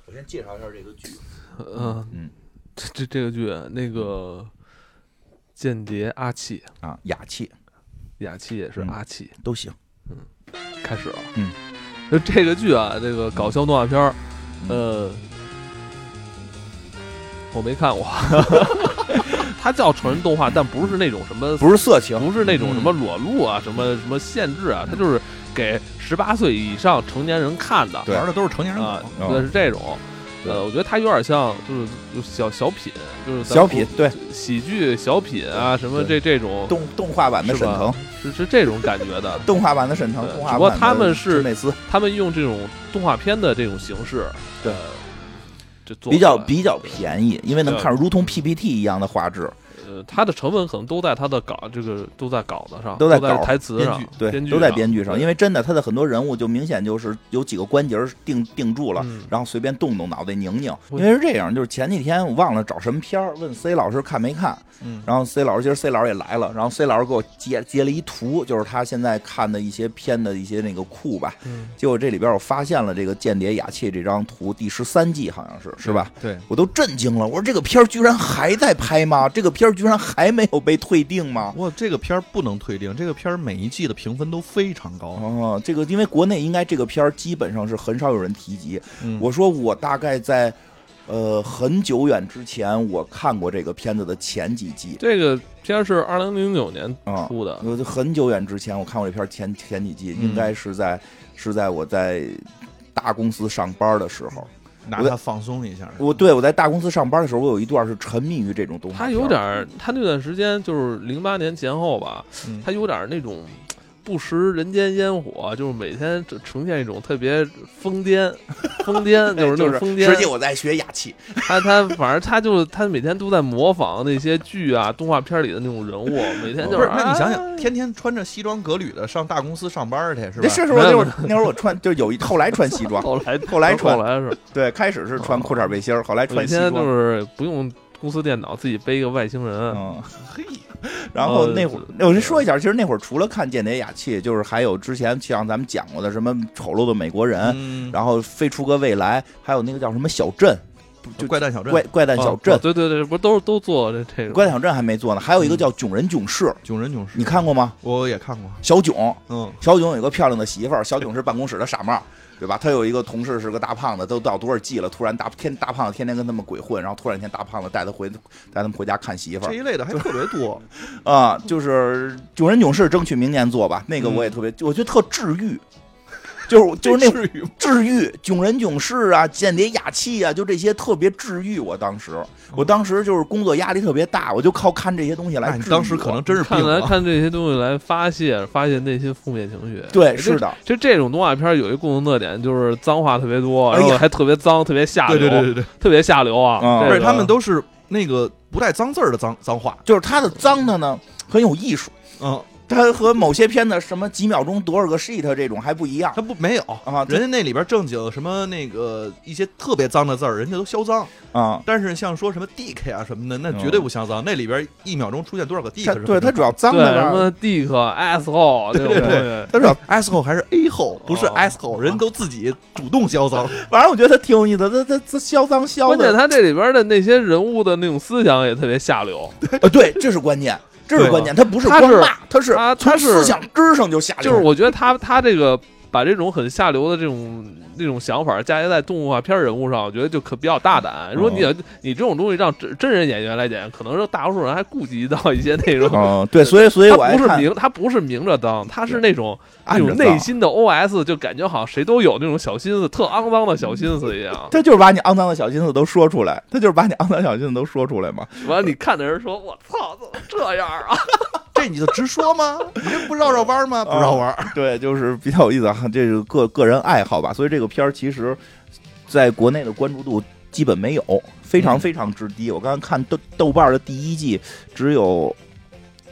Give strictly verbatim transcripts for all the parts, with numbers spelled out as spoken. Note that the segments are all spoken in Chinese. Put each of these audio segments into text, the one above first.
首先介绍一下这个剧。 嗯嗯，这这这个剧那个间谍阿契啊，雅契， 雅契也是阿契、 嗯、都行。 嗯，开始了。 嗯， 就这个剧啊，这个搞笑动画片儿，呃，我没看过。它叫成人动画，但不是那种什么， 不是色情， 不是那种什么裸露啊，嗯、什么什么限制啊，它就是给十八岁以上成年人看的， 玩的都是成年人啊，对，是这种。呃，我觉得它有点像，就是小小品，就是小品，对， 喜剧小品啊，什么这这种动动画版的沈腾， 是是这种感觉的， 动画版的沈腾，动画版的只不过他们是内斯， 他们用这种动画片的这种形式， 对， 就做比较比较便宜，因为能看如同 P P T 一样的画质。 呃，它的成本可能都在它的稿，这个都在稿子上， 都在稿台词上， 对，都在编剧上。因为真的，他的很多人物就明显就是有几个关节定定住了， 嗯、 然后随便动动脑袋拧拧。因为是这样，就是前几天我忘了找什么片儿，问 C 老师看没看， 嗯、 然后 C 老师今儿 C 老师也来了，然后 C 老师给我截截了一图，就是他现在看的一些片的一些那个库吧。 嗯、 结果这里边我发现了这个《间谍雅契》这张图，第十三季好像是是吧？ 对， 我都震惊了，我说这个片儿居然还在拍吗？这个片儿居然还没有被退订吗？ 哇，这个片儿不能退订，这个片儿每一季的评分都非常高。 哦，这个因为国内应该这个片儿基本上是很少有人提及。 嗯、 我说我大概在呃很久远之前我看过这个片子的前几季。 这个片儿是二零零九年出的， 嗯、很久远之前我看过这片儿前前几季， 嗯、 应该是在是在我在大公司上班的时候。 拿它放松一下。 我对我在大公司上班的时候，我有一段是沉迷于这种动画片。 他有点，他那段时间就是零八年前后吧， 嗯、 他有点那种不食人间烟火，就是每天呈现一种特别疯癫、疯癫，就是那种疯癫。 实际我在学雅契， 他他反正他就他每天都在模仿那些剧啊、动画片里的那种人物，每天就是。 不是，那你想想，天天穿着西装革履的上大公司上班去，是吧？ 是是，我那会儿那会儿我穿就有一后来穿西装， 后来后来穿， 后来是对，开始是穿裤衩背心儿，后来穿西装， 每天就是不用公司电脑，自己背一个外星人。 嗯，嘿。然后那会儿，我先说一下，其实那会儿除了看《间谍雅契》，就是还有之前像咱们讲过的什么《丑陋的美国人》， 嗯、 然后《飞出个未来》，还有那个叫什么小镇， 就怪诞小镇， 怪怪诞小镇， 哦哦、对对对，不是都都做这这个怪诞小镇还没做呢，还有一个叫《囧人囧事》， 囧人囧事， 你看过吗？ 我也看过。 小囧， 嗯， 小囧有一个漂亮的媳妇儿，小囧是办公室的傻帽。对吧？他有一个同事是个大胖子，都到多少季了，突然大天大胖子天天跟他们鬼混，然后突然一天大胖子带他回带他们回家看媳妇儿， 这一类的还特别多啊。就是囧人囧事争取明年做吧，那个我也特别，嗯、我觉得特治愈。就是就是那治愈治愈囧人囧事啊，间谍雅契啊，就这些特别治愈。我当时，我当时就是工作压力特别大，我就靠看这些东西来治愈。 你当时可能真是看来看这些东西来发泄发泄内心负面情绪。 对，是的。 就这种动画片有一共同特点，就是脏话特别多，然后还特别脏，特别下流。 对对对对对， 特别下流啊！ 嗯、 而且他们都是那个不带脏字儿的脏脏话， 就是他的脏的呢很有艺术。 嗯。 它和某些片的什么几秒钟多少个 sheet 这种还不一样， 它不没有啊， 人家那里边正经什么那个一些特别脏的字儿，人家都销赃啊。 但是像说什么 dick 啊什么的，那绝对不销赃。嗯、那里边一秒钟出现多少个 dick？ 对，它主要脏的什么 dick、asshole， 对对对，它主要 asshole 还是 a hole， 不是 asshole，、哦、人都自己主动销赃。 反正我觉得挺有意思的，它它销赃销的。 关键它这里边的那些人物的那种思想也特别下流。 呃，对，这是关键。这是关键，他不是光骂，他是他他是思想之上就下流。 就是我觉得他他这个把这种很下流的这种那种想法嫁接在动画片人物上，我觉得就可比较大胆。如果你、哦、你这种东西让真真人演员来演，可能是大多数人还顾及到一些那种。 哦，对，所以所以我他不是明他不是明着当，他是那种那种内心的 O S， 就感觉好像谁都有那种小心思，特肮脏的小心思一样。 他就是把你肮脏的小心思都说出来，他就是把你肮脏小心思都说出来嘛。 完了，你看的人说：“我操，怎么这样啊？” 这你就直说吗？你这不绕绕弯吗？不绕弯、 啊。对，就是比较有意思啊，这是个个人爱好吧。所以这个片儿其实在国内的关注度基本没有，非常非常之低。嗯、我刚刚看豆豆瓣的第一季只有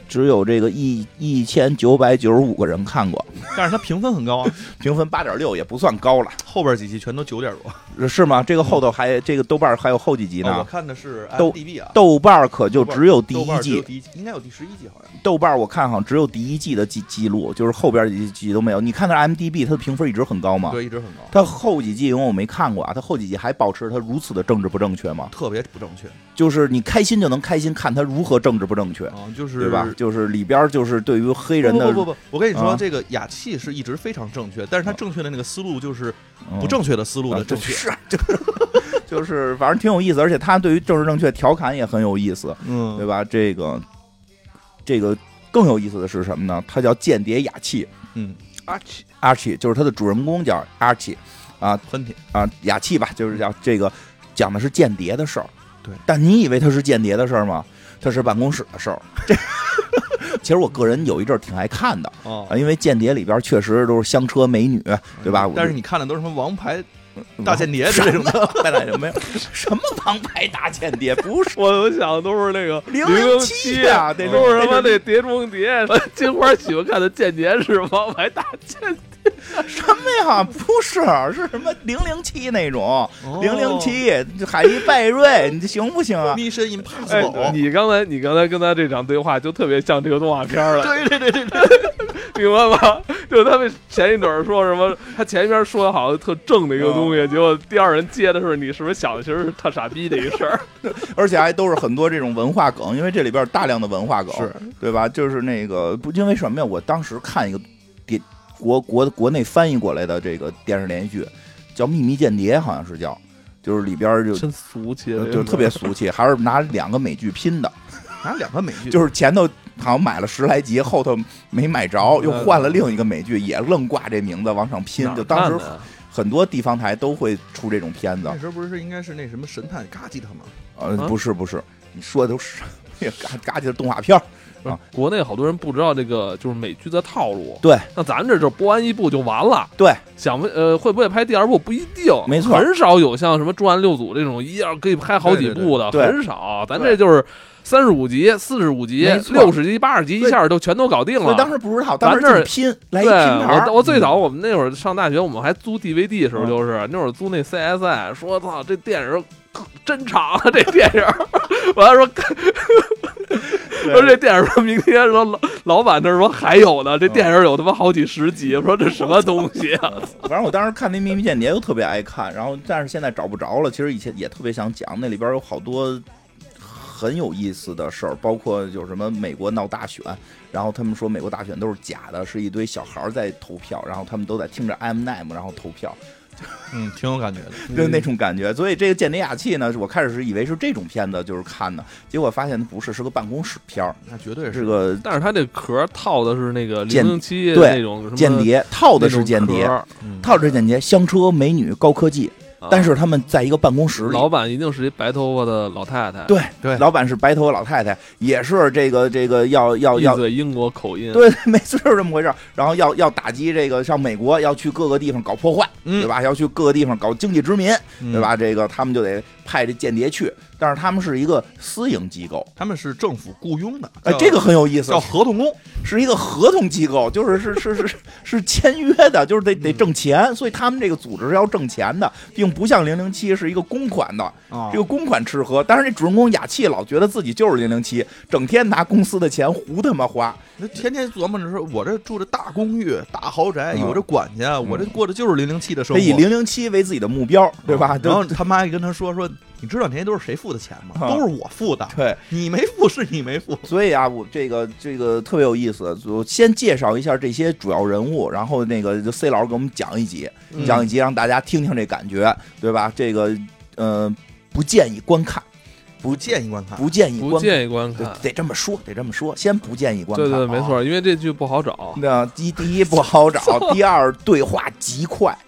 只有这个一一千九百九十五个人看过， 但是它评分很高啊， 评分八点六也不算高了， 后边几集全都九点多， 是吗？这个后头还、嗯、这个豆瓣还有后几集呢？ 哦、我看的是 I M D B 啊， 豆瓣可就只有第一季， 第一季应该有第十一季好像。 豆瓣我看好像只有第一季的记记录，就是后边几季都没有。你看它 I M D B 它的评分一直很高吗？ 对，一直很高。 它后几季因为我没看过啊，它后几季还保持它如此的政治不正确吗？ 特别不正确， 就是你开心就能开心，看它如何政治不正确， 哦、就是对吧？就是里边就是对于黑人的不不不不，我跟你说， 啊、 这个雅气是一直非常正确，但是它正确的那个思路就是不正确的思路的正确， 是、啊、就是就是反正挺有意思，而且他对于政治正确调侃也很有意思， 嗯， 对吧？这个这个更有意思的是什么呢？它叫间谍雅气， 嗯， 阿奇阿奇就是他的主人公叫阿奇啊， 喷嚏啊雅气吧，就是叫这个讲的是间谍的事儿。 对， 但你以为它是间谍的事儿吗？它是办公室的事儿。这其实我个人有一阵儿挺爱看的， 哦， 因为间谍里边确实都是香车美女，对吧？ 嗯、但是你看的都是什么王牌大间谍这种的， 没来没有什么王牌大间谍，不是我我想的都是那个零零七啊， 那都是什么那碟中谍。金花喜欢看的间谍是王牌大间谍， 什么呀？不是，是什么零零七那种零零七海莉贝瑞，你行不行啊 ？Mission Impossible、 哎。你刚才你刚才跟他这场对话就特别像这个动画片了。 对对对对对， 明白吗？就他们前一段说什么，他前一边说的好像特正的一个东西，结果第二人接的是你是不是想的其实是特傻逼的一个事儿， 而且还都是很多这种文化梗，因为这里边大量的文化梗， 是对吧？就是那个不因为什么呀？我当时看一个电国国国内翻译过来的这个电视连续剧，叫《秘密间谍》，好像是叫，就是里边就真俗气， 就特别俗气，还是拿两个美剧拼的， 拿两个美剧， 就是前头好像买了十来集，后头没买着，又换了另一个美剧，也愣挂这名字往上拼，就当时很多地方台都会出这种片子。 那时候不是应该是那什么神探嘎吉他吗？ 呃，不是不是，你说的都是嘎嘎吉的动画片啊。 国内好多人不知道这个就是美剧的套路， 对， 那咱这就播完一部就完了， 对， 想不呃会不会拍第二部不一定， 没错， 很少有像什么《重案六组》这种一样可以拍好几部的， 对对对很少，咱这就是三十五集、四十五集、六十集、八十集一下就全都搞定了。 所以当时不知道，当时就是拼来一拼盘。 我我最早我们那会儿上大学，我们还租 D V D 的时候，就是、嗯、那会儿租那 C S I， 说操这电影真长啊，这电影，完了说。说这电影说明天说老老板那说还有呢，这电影有他妈好几十集，我说这什么东西啊？ 反正我当时看那《秘密间谍》都特别爱看，然后但是现在找不着了。其实以前也特别想讲，那里边有好多很有意思的事儿，包括有什么美国闹大选，然后他们说美国大选都是假的，是一堆小孩在投票，然后他们都在听着 M and M 然后投票。 嗯，挺有感觉的， 就那种感觉。所以这个间谍雅气呢，我开始是以为是这种片子，就是看的，结果发现不是，是个办公室片儿。 那绝对是个， 但是他这壳套的是那个零零七那种间谍，套的是间谍， 嗯、 套的是间谍，香车美女高科技。但是他们在一个办公室里， 老板一定是一白头发的老太太。 对对， 老板是白头发老太太，也是这个这个要要要一嘴英国口音。 对，没错，就是这么回事。然后要要打击这个，像美国要去各个地方搞破坏， 嗯、 对吧？要去各个地方搞经济殖民， 嗯、 对吧？这个他们就得派这间谍去，但是他们是一个私营机构， 他们是政府雇佣的。 哎，这个很有意思， 叫合同工， 是一个合同机构，就是是是是是签约的，就是得得挣钱，所以他们这个组织是要挣钱的，并不像零零七是一个公款的， 哦、 这个公款吃喝。但是这主人公雅气老觉得自己就是零零七，整天拿公司的钱胡他妈花， 那天天琢磨着说，我这住着大公寓、大豪宅，有这管家，嗯、我这过的就是零零七的生活， 以零零七为自己的目标，对吧？ 然后他妈也跟他说说。你知道那些都是谁付的钱吗？都是我付的。 对， 你没付是你没付。 所以啊，我这个这个特别有意思。我先介绍一下这些主要人物，然后那个就 C 老师给我们讲一集， 嗯、 讲一集让大家听听这感觉，对吧？这个呃，不建议观看。 不建议观看， 不建议观看， 不建议观看， 得这么说，得这么说，先不建议观看。 对对，没错，因为这剧不好找。 那第第一不好找，第二对话极快。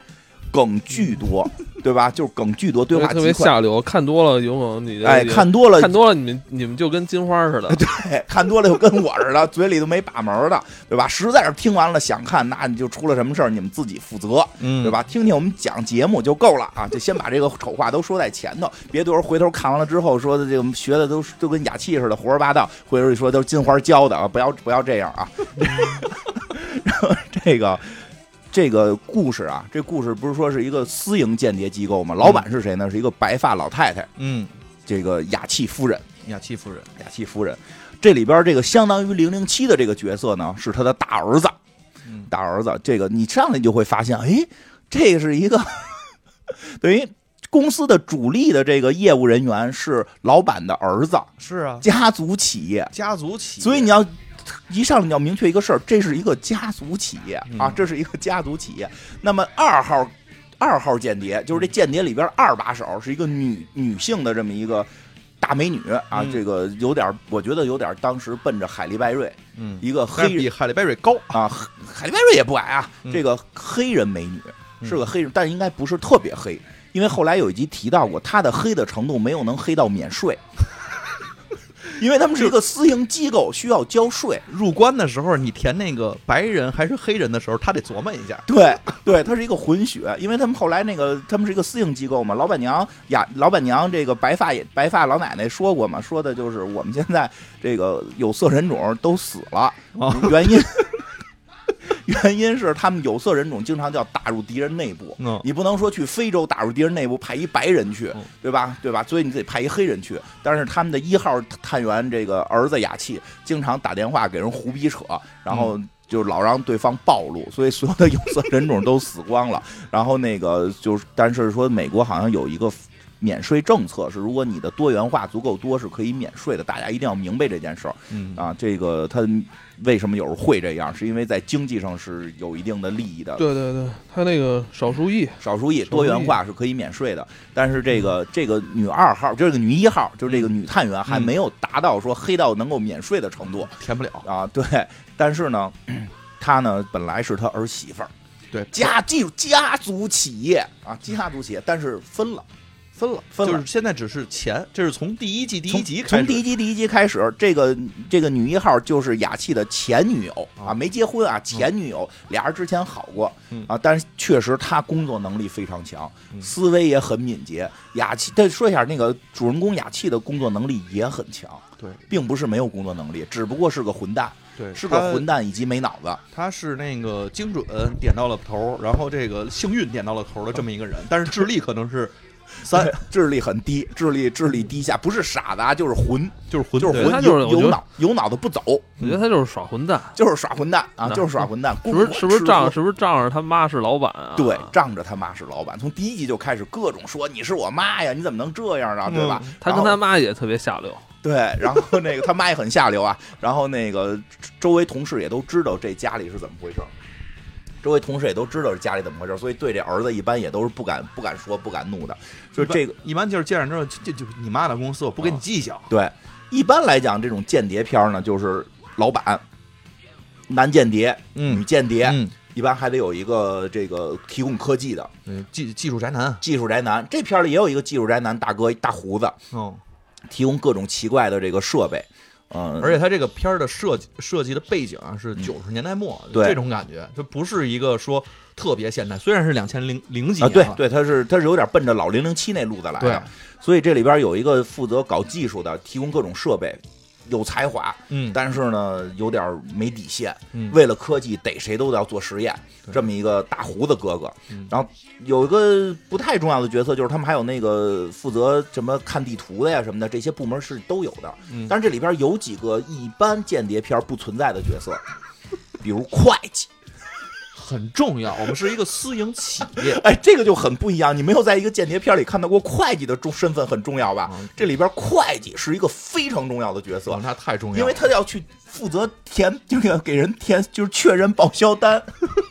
梗巨多，对吧？就是梗巨多，对话特别下流，看多了有可能你哎，看多了看多了，你们你们就跟金花似的， 对，看多了就跟我似的，嘴里都没把门的，对吧？实在是听完了想看，那你就出了什么事儿，你们自己负责， 嗯， 对吧？听听我们讲节目就够了啊，就先把这个丑话都说在前头，别到时候回头看完了之后说的这个学的都都跟雅气似的，胡说八道，回头一说都是金花教的啊，不要不要这样啊。然后这个。这个故事啊，这故事不是说是一个私营间谍机构吗？老板是谁呢？是一个白发老太太， 嗯， 这个雅气夫人， 雅气夫人， 雅气夫人。这里边这个相当于零零七的这个角色呢，是他的大儿子， 嗯， 大儿子。这个你上来就会发现，哎，这个是一个等于公司的主力的这个业务人员是老板的儿子， 是啊， 家族企业， 家族企业， 所以你要。一上来你要明确一个事儿，这是一个家族企业啊， 嗯、 这是一个家族企业。那么二号二号间谍就是这间谍里边二把手是一个女女性的这么一个大美女啊， 嗯、 这个有点，我觉得有点当时奔着海莉拜瑞， 嗯， 一个黑人比海莉拜瑞高啊，海莉拜瑞也不矮啊， 嗯、 这个黑人美女是个黑人，但应该不是特别黑，因为后来有一集提到过，她的黑的程度没有能黑到免税。因为他们是一个私营机构，需要交税。 入关的时候，你填那个白人还是黑人的时候，他得琢磨一下。 对对，他是一个混血，因为他们后来那个他们是一个私营机构嘛。老板娘呀，老板娘这个白发也白发老奶奶说过嘛，说的就是我们现在这个有色人种都死了， 哦、 原因。原因是他们有色人种经常叫打入敌人内部， 嗯、 你不能说去非洲打入敌人内部派一白人去， 嗯、 对吧？对吧？所以你得派一黑人去。但是他们的一号探员这个儿子雅气，经常打电话给人胡逼扯，然后就老让对方暴露，所以所有的有色人种都死光了。然后那个就是，但是说美国好像有一个免税政策，是如果你的多元化足够多，是可以免税的。大家一定要明白这件事儿。 嗯啊，这个他为什么有时候会这样，是因为在经济上是有一定的利益的。 对对对，他那个少数裔， 少数裔多元化是可以免税的。但是这个、嗯、这个女二号，就是这个女一号，就是这个女探员，还没有达到说黑到能够免税的程度， 填不了啊。对，但是呢，她呢本来是他儿媳妇儿， 对， 家记住家族企业啊，家族企业，但是分了。分了，分了， 就是现在只是钱，这是从第一季第一集开始， 从第一季第一集开始，这个这个女一号就是雅气的前女友啊，没结婚啊，前女友，嗯、俩人之前好过、 嗯、 啊，但是确实她工作能力非常强， 嗯、 思维也很敏捷。雅气，再说一下，那个主人公雅气的工作能力也很强， 对， 并不是没有工作能力，只不过是个混蛋。 对， 是个混蛋以及没脑子。 他是那个精准点到了头，然后这个幸运点到了头的这么一个人，但是智力可能是。 三智力很低，智力智力低下，不是傻子啊，就是混， 就是混， 就是混， 他就是有脑有脑子不走。 我觉得他就是耍混蛋， 就是耍混蛋啊，就是耍混蛋。 是不是是不是仗是不是仗着他妈是老板啊？ 对，仗着他妈是老板，从第一集就开始各种说你是我妈呀，你怎么能这样啊，对吧？ 嗯、他跟他妈也特别下流。 对，然后那个他妈也很下流啊，然后那个周围同事也都知道这家里是怎么回事。周围同事也都知道是家里怎么回事，所以对这儿子一般也都是不敢不敢说不敢怒的。就这个一般就是见着之后，这就是你妈的公司，我不跟你计较、啊。 对，一般来讲，这种间谍片呢，就是老板、男间谍、 嗯、 女间谍、 嗯， 一般还得有一个这个提供科技的， 嗯，技技术宅男， 技术宅男。这片里也有一个技术宅男大哥，大胡子， 哦， 提供各种奇怪的这个设备。嗯， 而且他这个片儿的设计设计的背景啊是九十年代末， 对、嗯、 这种感觉，就不是一个说特别现代，虽然是两千零零几年、啊，对对，他是他是有点奔着老零零七那路子来的，所以这里边有一个负责搞技术的，提供各种设备，有才华， 嗯， 但是呢有点没底线， 嗯， 为了科技逮谁都要做实验，这么一个大胡子哥哥， 嗯、 然后有一个不太重要的角色，就是他们还有那个负责什么看地图的呀什么的，这些部门是都有的， 嗯， 但是这里边有几个一般间谍片不存在的角色，比如会计。 很重要，我们是一个私营企业， 哎，这个就很不一样。你没有在一个间谍片里看到过会计的重身份很重要吧？ 嗯、 这里边会计是一个非常重要的角色， 那、嗯、太重要了， 因为他要去负责填，就是给人填，就是确认报销单。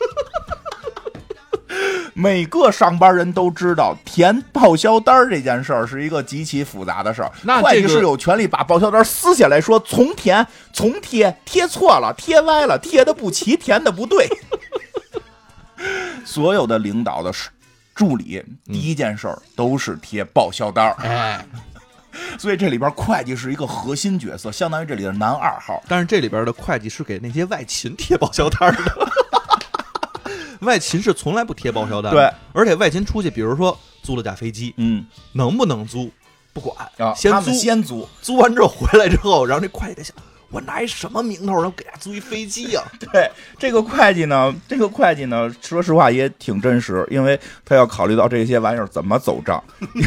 每个上班人都知道，填报销单这件事儿是一个极其复杂的事儿。 那、这个、 会计是有权利把报销单撕下来说重填、重贴，贴错了、贴歪了、贴的不齐、填的不对。所有的领导的助理第一件事儿都是贴报销单儿， 哎， 所以这里边会计是一个核心角色，相当于这里的男二号。 但是这里边的会计是给那些外勤贴报销单的，外勤是从来不贴报销单的。 对， 而且外勤出去，比如说租了架飞机， 嗯， 能不能租不管， 啊， 先租， 他们先租， 租完之后回来之后，然后这会计在想，我拿一什么名头，然后给他租一飞机呀、啊？ 对，这个会计呢，这个会计呢，说实话也挺真实，因为他要考虑到这些玩意儿怎么走账。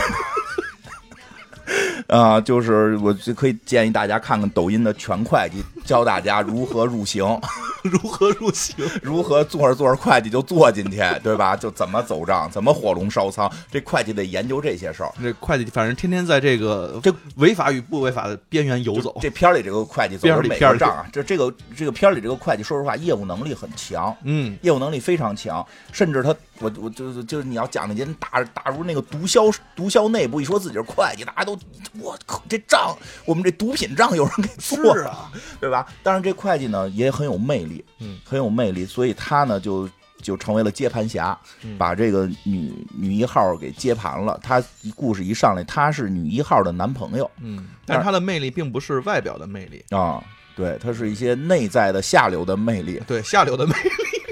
啊、呃，就是我就可以建议大家看看抖音的全会计，教大家如何入刑， 如何入刑， 如何做着做着会计就坐进去，对吧？就怎么走账，怎么火龙烧仓，这会计得研究这些事儿。 这会计反正天天在这个这违法与不违法的边缘游走。 这片里这个会计走的每个账啊，这这个这个片里这个会计，说实话业务能力很强， 嗯， 业务能力非常强，甚至他我我就是就是你要讲那些打打入那个毒枭毒枭内部，一说自己是会计，大家都我靠这账我们这毒品账有人给做啊， 对吧？当然这会计呢也很有魅力， 嗯， 很有魅力，所以他呢就就成为了接盘侠， 嗯、 把这个女女一号给接盘了。他故事一上来，他是女一号的男朋友， 嗯，但是他的魅力并不是外表的魅力啊，对，他是一些内在的下流的魅力， 对下流的魅力。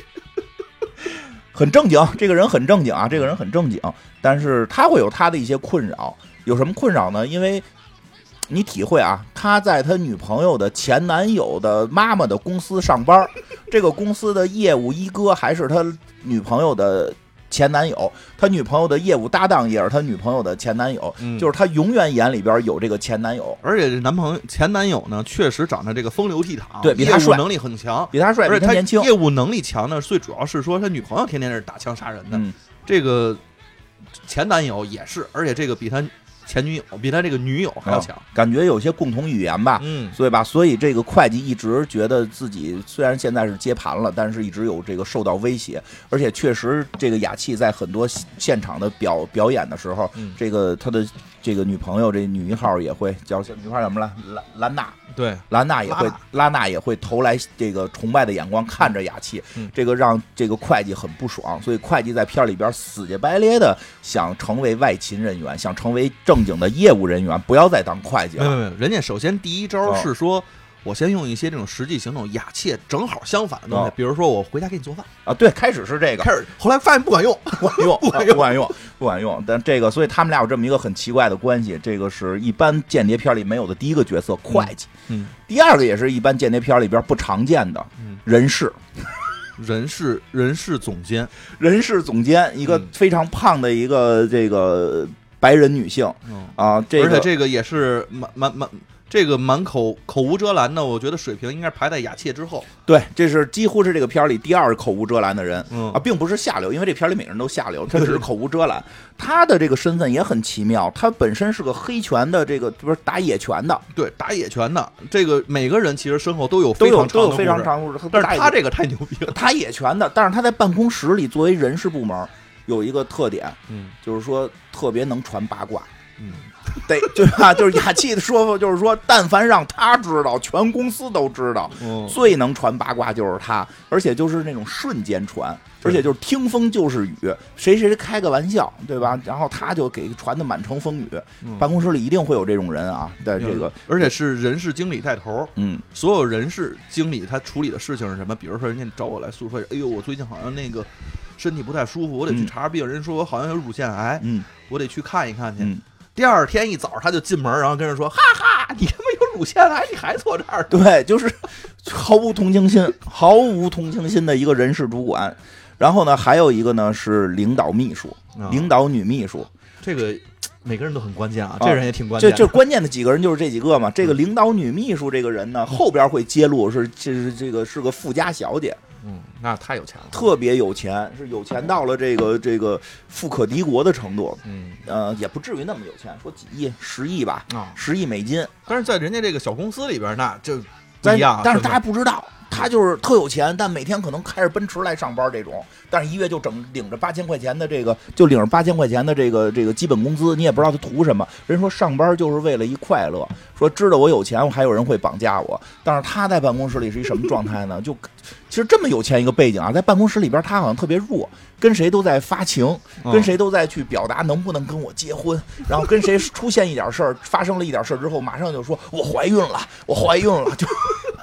很正经，这个人很正经啊，这个人很正经，但是他会有他的一些困扰，有什么困扰呢？因为你体会啊，他在他女朋友的前男友的妈妈的公司上班，这个公司的业务一哥还是他女朋友的前男友，他女朋友的业务搭档也是他女朋友的前男友， 嗯、 就是他永远眼里边有这个前男友， 而且这男朋友前男友呢，确实长得这个风流倜傥， 对比他帅， 能力很强， 比他帅， 而且他年轻， 业务能力强呢，最主要是说他女朋友天天是打枪杀人的， 嗯、 这个前男友也是，而且这个比他前女友比他这个女友还要强、 哦，感觉有些共同语言吧， 嗯， 所以吧，所以这个会计一直觉得自己虽然现在是接盘了，但是一直有这个受到威胁，而且确实这个雅契在很多现场的表表演的时候， 嗯、 这个他的这个女朋友这女一号也会叫女号叫什么来兰兰娜， 对， 兰娜也会拉娜也会投来这个崇拜的眼光看着雅契， 嗯、 这个让这个会计很不爽，所以会计在片里边死乞白咧的想成为外勤人员，想成为正经的业务人员，不要再当会计了。 没有没有，人家首先第一招是说。哦，我先用一些这种实际行动，雅切正好相反的东西， 哦、 比如说我回家给你做饭啊，对，开始是这个， 开始后来发现不管用， 不管用，不管用，不管用，不管用。但这个，所以他们俩有这么一个很奇怪的关系，这个是一般间谍片里没有的第一个角色，会计。 嗯， 第二个也是一般间谍片里边不常见的， 嗯、 人事， 人事，人事总监， 人事总监，一个非常胖的一个这个白人女性、 嗯、 啊，这个、 而且这个也是满满满。这个满口口无遮拦的，我觉得水平应该排在雅切之后。 对，这是几乎是这个片里第二口无遮拦的人、 嗯、 啊，并不是下流，因为这片里每个人都下流，他只是口无遮拦。他的这个身份也很奇妙，他本身是个黑拳的，这个不是打野拳的， 对，打野拳的。这个每个人其实身后都有非常都有非常长故事， 但是他这个太牛逼了， 打野拳的，但是他在办公室里作为人事部门有一个特点， 嗯， 就是说特别能传八卦， 嗯。 对，对吧？就是雅契的说法，就是说，但凡让他知道，全公司都知道。 嗯、 最能传八卦就是他，而且就是那种瞬间传，而且就是听风就是雨，谁谁开个玩笑，对吧？然后他就给传的满城风雨。 嗯、 办公室里一定会有这种人啊，在这个， 而且是人事经理带头。 嗯， 所有人事经理他处理的事情是什么？比如说，人家找我来诉说，哎呦，我最近好像那个身体不太舒服，我得去查查病。嗯、人说我好像有乳腺癌， 嗯， 我得去看一看去。 嗯， 第二天一早他就进门，然后跟人说：“哈哈，你他妈有乳腺癌，你还坐这儿？” 对，就是毫无同情心，毫无同情心的一个人事主管。然后呢，还有一个呢是领导秘书， 啊、 领导女秘书。 这个每个人都很关键啊，这人也挺关键的。 这这关键的几个人就是这几个嘛。这个领导女秘书这个人呢，后边会揭露是这是这个是个富家小姐。 嗯，那太有钱了， 特别有钱，是有钱到了这个这个富可敌国的程度。 嗯， 呃，也不至于那么有钱，说几亿、十亿吧， 啊， 十亿美金。 但是在人家这个小公司里边，那就不一样。 但是大家不知道， 他就是特有钱，但每天可能开着奔驰来上班这种，但是一月就整领着八千块钱的这个，就领着八千块钱的这个这个基本工资，你也不知道他图什么。人说上班就是为了一快乐，说知道我有钱，我还有人会绑架我。但是他在办公室里是一什么状态呢？就其实这么有钱一个背景啊，在办公室里边他好像特别弱，跟谁都在发情，跟谁都在去表达能不能跟我结婚，然后跟谁出现一点事儿，发生了一点事儿之后，马上就说我怀孕了，我怀孕了，就。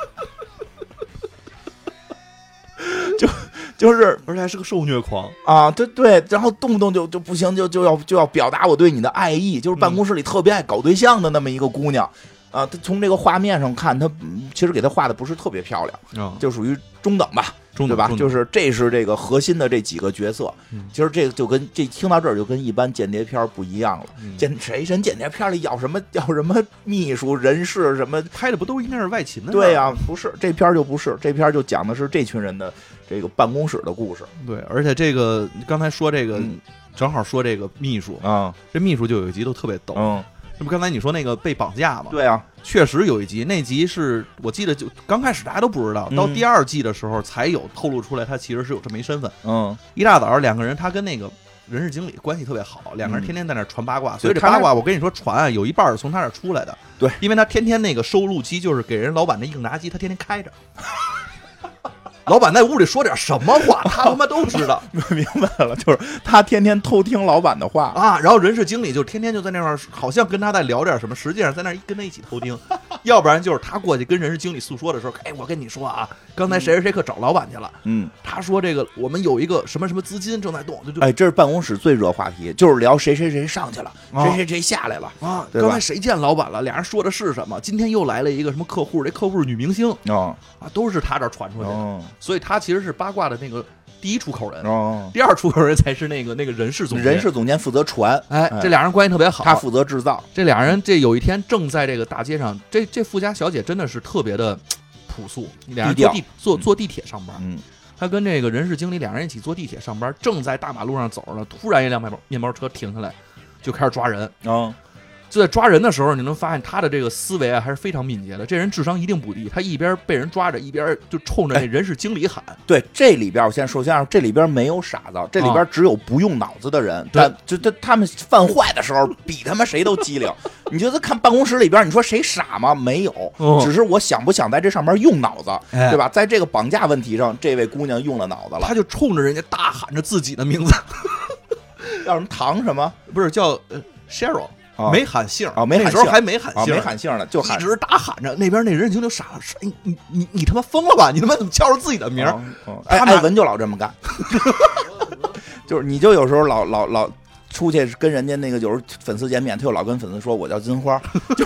就就是， 而且还是个受虐狂啊！对对，然后动不动就就不行，就就要就要表达我对你的爱意，就是办公室里特别爱搞对象的那么一个姑娘。啊，他从这个画面上看，他其实给他画的不是特别漂亮， 哦、 就属于中等吧， 中等对吧？就是这是这个核心的这几个角色。 嗯、 其实这个就跟这听到这儿就跟一般间谍片不一样了。 嗯、 间谁人间谍片里要什么要什么秘书人事什么拍的不都应该是外勤的？ 对呀、啊，不是这片就不是，这片就讲的是这群人的这个办公室的故事。 对，而且这个刚才说这个， 嗯、 正好说这个秘书啊、 嗯，这秘书就有一集都特别逗。 嗯。 这不刚才你说那个被绑架吗？ 对啊， 确实有一集，那集是我记得就刚开始大家都不知道，到第二季的时候才有透露出来，他其实是有这么一身份。 嗯， 一大早两个人，他跟那个人事经理关系特别好，两个人天天在那传八卦， 嗯、 所以这八卦我跟你说传啊，有一半是从他那出来的。 对， 因为他天天那个收录机就是给人老板的应答机，他天天开着。老板在屋里说点什么话，他他妈都知道。 明白了，就是他天天偷听老板的话啊，然后人事经理就天天就在那块儿，好像跟他在聊点什么，实际上在那跟他一起偷听。要不然就是他过去跟人事经理诉说的时候，哎，我跟你说啊，刚才谁谁谁可找老板去了。 嗯， 他说这个我们有一个什么什么资金正在动，就就哎，这是办公室最热话题，就是聊谁谁谁上去了，啊、谁谁谁下来了啊。刚才谁见老板了？俩人说的是什么？今天又来了一个什么客户，这客户是女明星啊啊，都是他这儿传出去的。 哦、 所以他其实是八卦的那个第一出口人， 哦、 第二出口人才是那个那个人事总监。 人事总监负责传， 哎，哎这俩人关系特别好， 他负责制造。 这俩人这有一天正在这个大街上，这这富家小姐真的是特别的朴素，俩人坐地坐坐地铁上班。 嗯， 他跟这个人事经理两人一起坐地铁上班，正在大马路上走着呢，突然一辆面包面包车停下来，就开始抓人。 哦， 就在抓人的时候，你能发现他的这个思维啊还是非常敏捷的。这人智商一定不低，他一边被人抓着，一边就冲着那人事经理喊。 哎、对，这里边我先首先这里边没有傻子，这里边只有不用脑子的人。 对、 啊，就他他们犯坏的时候比他妈谁都机灵。你觉得看办公室里边，你说谁傻吗？没有， 哦、 只是我想不想在这上面用脑子， 哎、 对吧？在这个绑架问题上，这位姑娘用了脑子了， 他就冲着人家大喊着自己的名字， 叫什么唐什么？ 不是叫呃 Cheryl。 哦、 没喊姓啊，没喊那时候还没喊姓、 哦，没喊姓呢，就喊一直大喊着。那边那人就就傻了，你你你你他妈疯了吧？你他妈怎么叫着自己的名？ 哦哦、艾艾文就老这么干，就是你就有时候老老老出去跟人家那个有时候粉丝见面，他就老跟粉丝说我叫金花，就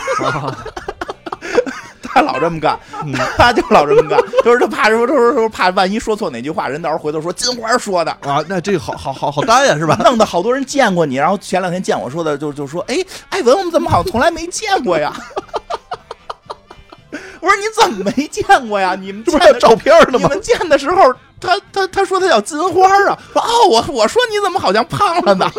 他老这么干，他就老这么干，就是他怕什么？就是说怕万一说错哪句话，人到时候回头说金花说的啊，那这个好好好好单呀，是吧？ 弄得好多人见过你，然后前两天见我说的就就说，哎，艾文我们怎么好像从来没见过呀？我说你怎么没见过呀？你们这不是有照片呢吗？ 你们见的时候，他他他说他叫金花啊，说哦，我我说你怎么好像胖了呢？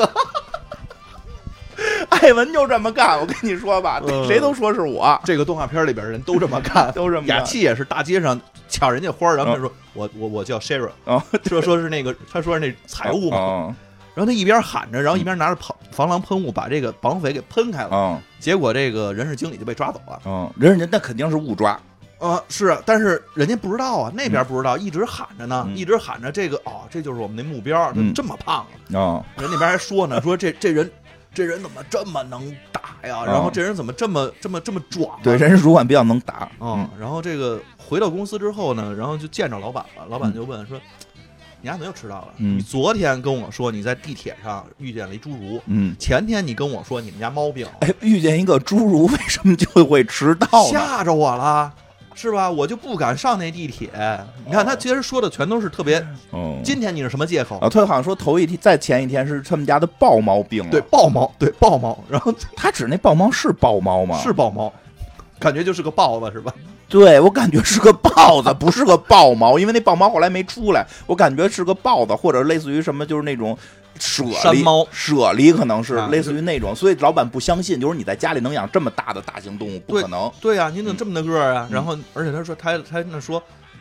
艾文就这么干，我跟你说吧，呃、谁都说是我。 这个动画片里边人都这么干， 都这么干。 雅琪也是大街上抢人家花，然后他说、嗯、我我我叫 Cheryl，、 哦、 说说是那个他说是那财务嘛。 哦然后他一边喊着，然后一边拿着防防狼喷雾把这个绑匪给喷开了。 嗯， 结果这个人事经理就被抓走了。 嗯，人家那肯定是误抓。 啊，是，但是人家不知道啊，那边不知道，嗯、一直喊着呢， 嗯、 一直喊着这个哦，这就是我们那目标， 嗯、 这么胖啊！ 哦， 人那边还说呢，说这这人这人怎么这么能打呀？然后这人怎么这么这么这么壮、啊？ 对，人事主管比较能打。 嗯，然后这个回到公司之后呢，然后就见着老板了，老板就问说。你丫怎么又迟到了？ 嗯、 你昨天跟我说你在地铁上遇见了一侏儒， 嗯， 前天你跟我说你们家猫病了， 哎，遇见一个侏儒为什么就会迟到呢？ 吓着我了，是吧？我就不敢上那地铁。你看他其实说的全都是特别。 哦， 今天你是什么借口啊？他好像说头一天再前一天是他们家的豹猫病了， 对，豹猫，对，豹猫。然后他指那豹猫是豹猫吗？ 是豹猫，感觉就是个豹子，是吧？ 对，我感觉是个豹子，不是个豹猫，因为那豹猫后来没出来，我感觉是个豹子，或者类似于什么，就是那种舍利猫， 舍利可能是类似于那种，啊、所以老板不相信，就是你在家里能养这么大的大型动物，不可能。 对呀、啊，你怎么这么大个儿啊？ 嗯、 然后，而且他说他他那说，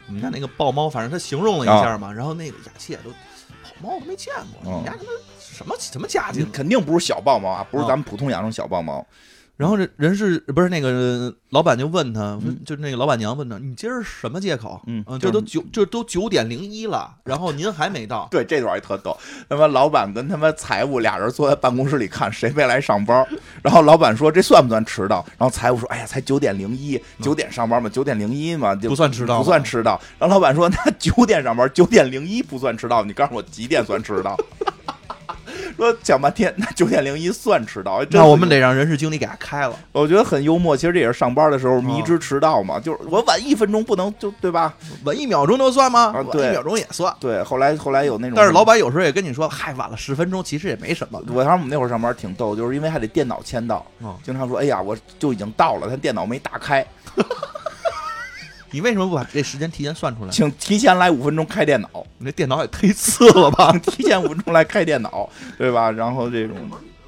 你看那个豹猫，反正他形容了一下嘛，然后那个雅琪也都跑猫都没见过， 哦你家他妈什么什么家境？ 肯定不是小豹猫啊，不是咱们普通养成小豹猫。 然后这人是不是那个老板就问他， 嗯就是那个老板娘问他，你今儿什么借口？ 嗯这都九这都九点零一了，然后您还没到。 对，这段也特逗。他妈老板跟他妈财务俩人坐在办公室里看谁没来上班，然后老板说这算不算迟到？然后财务说，哎呀，才九点零一，九点上班嘛，九点零一嘛，就不算迟到， 不算迟到。然后老板说，那九点上班，九点零一不算迟到，你告诉我几点算迟到？说讲半天，那九点零一算迟到， 那我们得让人事经理给他开了。 我觉得很幽默，其实这也是上班的时候迷之迟到嘛， 哦、 就是我晚一分钟不能就对吧？ 晚一秒钟就算吗？ 啊，对， 一秒钟也算。 对，后来后来有那种， 但是老板有时候也跟你说，嗨，晚了十分钟，其实也没什么。 我当时我们那会儿上班挺逗，就是因为还得电脑签到， 哦、 经常说，哎呀，我就已经到了，他电脑没打开。 你为什么不把这时间提前算出来？ 请提前来五分钟开电脑。 你这电脑也忒次了吧？ 提前五分钟来开电脑，对吧？然后这种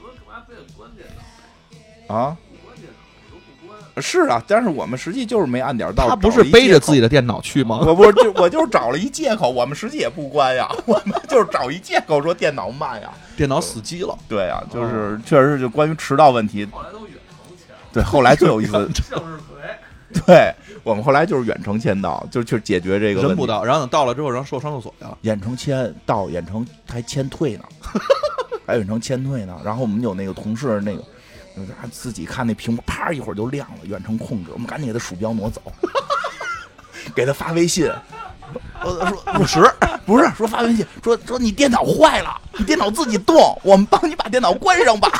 啊，是啊，但是我们实际就是没按点到。 他不是背着自己的电脑去吗？ 我不是，就我就是找了一借口，我们实际也不关呀，我们就是找一借口说电脑慢呀， 电脑死机了。 对呀、啊，就是确实就关于迟到问题。 后来都远程签。 对，后来最有意思。 向日葵。 对。我们后来就是远程签到，就去解决这个问题。 人不到，然后等到了之后，然后说上厕所去了。 远程签到，远程还签退呢，还远程签退呢。然后我们有那个同事，那个自己看那屏幕，啪一会儿就亮了，远程控制，我们赶紧给他鼠标挪走，给他发微信。呃，说五十不是说发微信，说说你电脑坏了，你电脑自己动，我们帮你把电脑关上吧。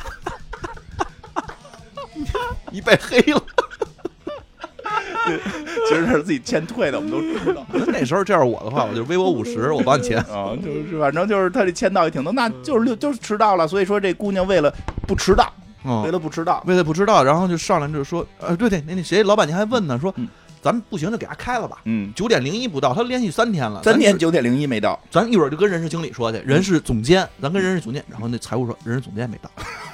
你被黑了。 其实是自己签退的，我们都知道。 那时候这要是我的话，我就微我五十，我帮你签啊，就是反正就是他这签到也挺多，那就是就是迟到了。所以说这姑娘为了不迟到， 嗯、 为了不迟到， 为了不迟到，然后就上来就说，呃，对对，那那谁，老板娘还问呢，说， 嗯、 咱们不行就给他开了吧。 嗯， 九点零一不到，他连续三天了， 三天九点零一没到， 咱一会儿就跟人事经理说去，人事总监，咱跟人事总监，然后那财务说人事总监没到。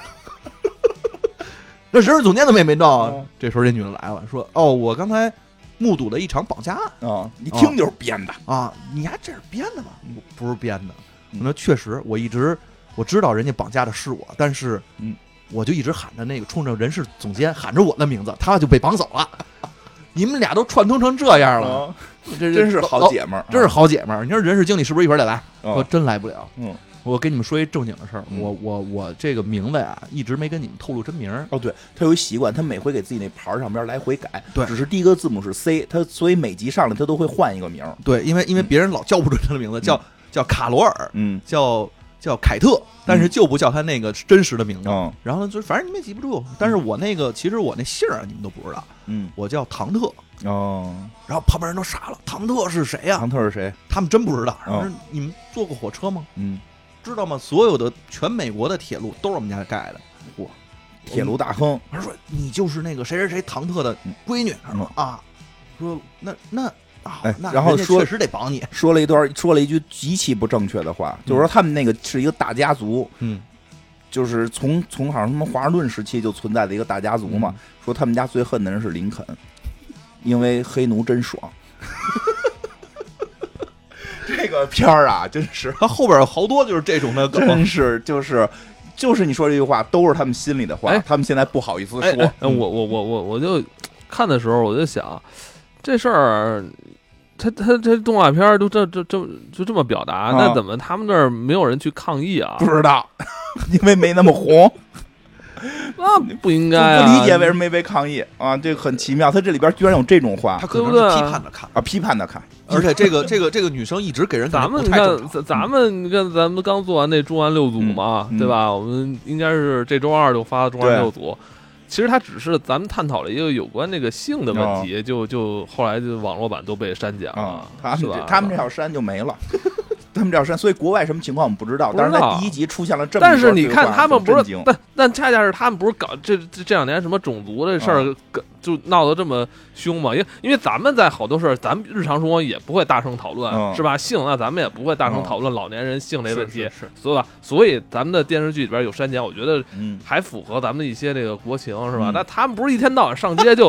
那人事总监怎么也没到啊？ 嗯、 这时候这女的来了，说：“哦，我刚才目睹了一场绑架案啊，一听就是编的啊！你还这是编的吗？不是编的。那确实，我一直我知道人家绑架的是我，但是嗯， 我就一直喊着那个冲着人事总监喊着我的名字，他就被绑走了。你们俩都串通成这样了， 啊、 这真是好姐们儿， 真是好姐们儿。你说人事经理是不是一会儿得来？ 啊、 说真来不了。 嗯。” 我跟你们说一正经的事儿， 嗯、 我我我这个名字呀，一直没跟你们透露真名。 哦，对，他有一习惯，他每回给自己那牌上边来回改， 对， 只是第一个字母是 C， 他所以每集上来他都会换一个名。 对，因为因为别人老叫不准他的名字，嗯、叫叫卡罗尔， 嗯， 叫叫凯特，但是就不叫他那个真实的名字。 嗯， 然后就反正你们也记不住，但是我那个其实我那姓儿你们都不知道， 嗯， 我叫唐特。 哦， 然后旁边人都傻了，唐特是谁呀？ 唐特是谁？ 他们真不知道。然后哦、 你们坐过火车吗？ 嗯。 知道吗？所有的全美国的铁路都是我们家盖的。 哇，铁路大亨。 他说你就是那个谁谁谁唐特的闺女。他说啊，说那那啊， 哎， 那然后说确实得绑你。 说了一段，说了一句极其不正确的话，就是说他们那个是一个大家族， 嗯， 就是从从好像什么华盛顿时期就存在的一个大家族嘛。嗯、说他们家最恨的人是林肯，因为黑奴真爽。这个片儿啊，真是他后边有好多就是这种的梗， 真是就是就是你说这句话都是他们心里的话， 哎、 他们现在不好意思说。 哎哎嗯、我我我我我就看的时候，我就想这事儿，他他这动画片都这这这就这么表达， 啊、 那怎么他们那儿没有人去抗议啊？ 不知道，因为没那么红。 那不应该、啊， 不理解为什么没被抗议啊？这个很奇妙，他这里边居然有这种话， 他可能是批判的看啊，批判的看。 而且这个这个这个女生一直给人咱们你看，咱们你看，咱们刚做完那中安六组嘛， 嗯、 对吧？我们应该是这周二就发中安六组。其实它只是咱们探讨了一个有关那个性的问题，哦、就就后来就网络版都被删减了， 哦、他们吧他们这要删就没了。他们这样删，所以国外什么情况我们不知道。但是在第一集出现了这么， 但是你看他们不是，但但恰恰是他们不是搞这这这两年什么种族的事儿， 嗯、 就闹得这么凶嘛？因为因为咱们在好多事儿，咱们日常生活也不会大声讨论， 嗯、 是吧？性那咱们也不会大声讨论老年人性这问题， 是是， 所以吧？所以咱们的电视剧里边有删减，我觉得嗯还符合咱们的一些这个国情，是吧？ 嗯、 那他们不是一天到晚上街就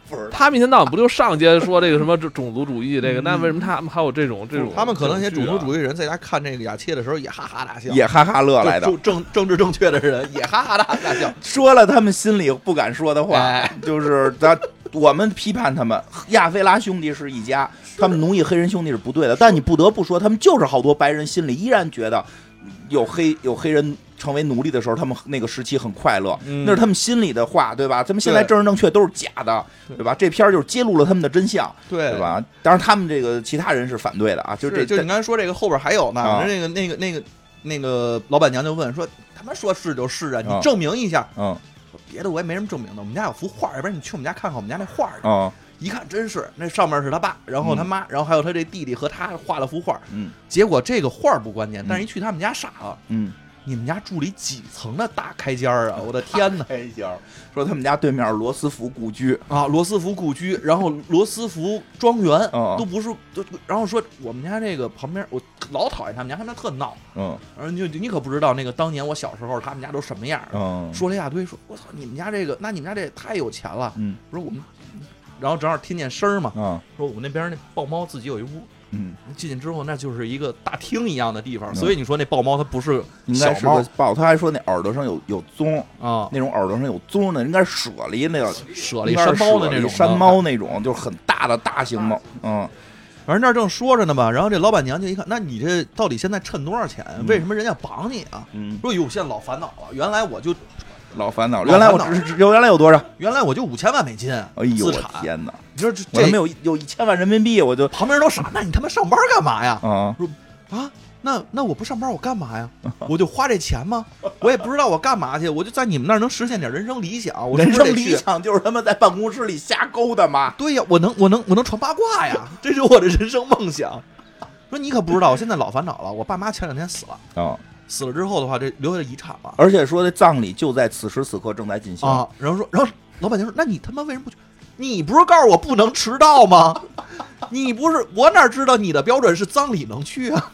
不是他们一天到晚不就上街说这个什么种族主义这个，那为什么他们还有这种这种？ 他们可能那些种族主义义人在家看这个雅切的时候也哈哈大笑， 也哈哈乐来的。 政政政治正确的人也哈哈大大笑， 说了他们心里不敢说的话， 哎、 就是咱我们批判他们，亚非拉兄弟是一家，他们奴役黑人兄弟是不对的，但你不得不说，他们就是好多白人心里依然觉得有黑有黑人成为奴隶的时候，他们那个时期很快乐， 嗯、 那是他们心里的话，对吧？咱们现在政治正确都是假的，对, 对吧？这片就是揭露了他们的真相， 对对吧？当然，他们这个其他人是反对的啊，就这就你刚才说这个后边还有呢， 啊、 那个那个那个那个老板娘就问说，他们说是就是啊，你啊证明一下， 嗯。 别的我也没什么证明的，我们家有幅画，要不然你去我们家看看我们家那画去。 哦， 一看真是，那上面是他爸，然后他妈，嗯、然后还有他这弟弟和他画了幅画。 嗯， 结果这个画不关键，但是一去他们家傻了。 嗯， 你们家住了几层的大开间啊！我的天哪！ 开间说他们家对面罗斯福故居啊，罗斯福故居，然后罗斯福庄园， 哦、 都不是，都然后说我们家这个旁边，我老讨厌他们家，他们家特闹。 嗯， 然后你你可不知道那个当年我小时候他们家都什么样。 嗯， 说了一大堆，说我操，你们家这个，那你们家这也太有钱了。 嗯， 说我们，然后正好听见声儿嘛， 啊， 说我们那边那豹猫自己有一屋。 嗯， 进去之后那就是一个大厅一样的地方，嗯、所以你说那豹猫它不是应该是个豹，他还说那耳朵上有有棕啊， 那种耳朵上有棕的应该是舍利那个舍利山猫的那种山猫那种，就是很大的大型猫。嗯， 反正那正说着呢吧，然后这老板娘就一看，那你这到底现在趁多少钱？ 嗯、 为什么人家绑你啊？ 嗯， 说哟，现在老烦恼了，原来我就老烦恼，原来我只是原来有多少？ 原来我就五千万美金， 哎呦， 资产我天哪！ 你说这我他妈有有一千万人民币，我就旁边人都傻，那你他妈上班干嘛呀？ 啊， 说啊，那那我不上班我干嘛呀？我就花这钱吗？我也不知道我干嘛去，我就在你们那儿能实现点人生理想。我人生理想就是他们在办公室里瞎勾搭嘛。 对呀，我能我能我能传八卦呀，这是我的人生梦想。说你可不知道，我现在老烦恼了，我爸妈前两天死了啊。哦， 死了之后的话，这留下的遗产了， 而且说的葬礼就在此时此刻正在进行啊。然后说，然后老板娘说：“那你他妈为什么不去？你不是告诉我不能迟到吗？你不是我哪知道你的标准是葬礼能去啊？”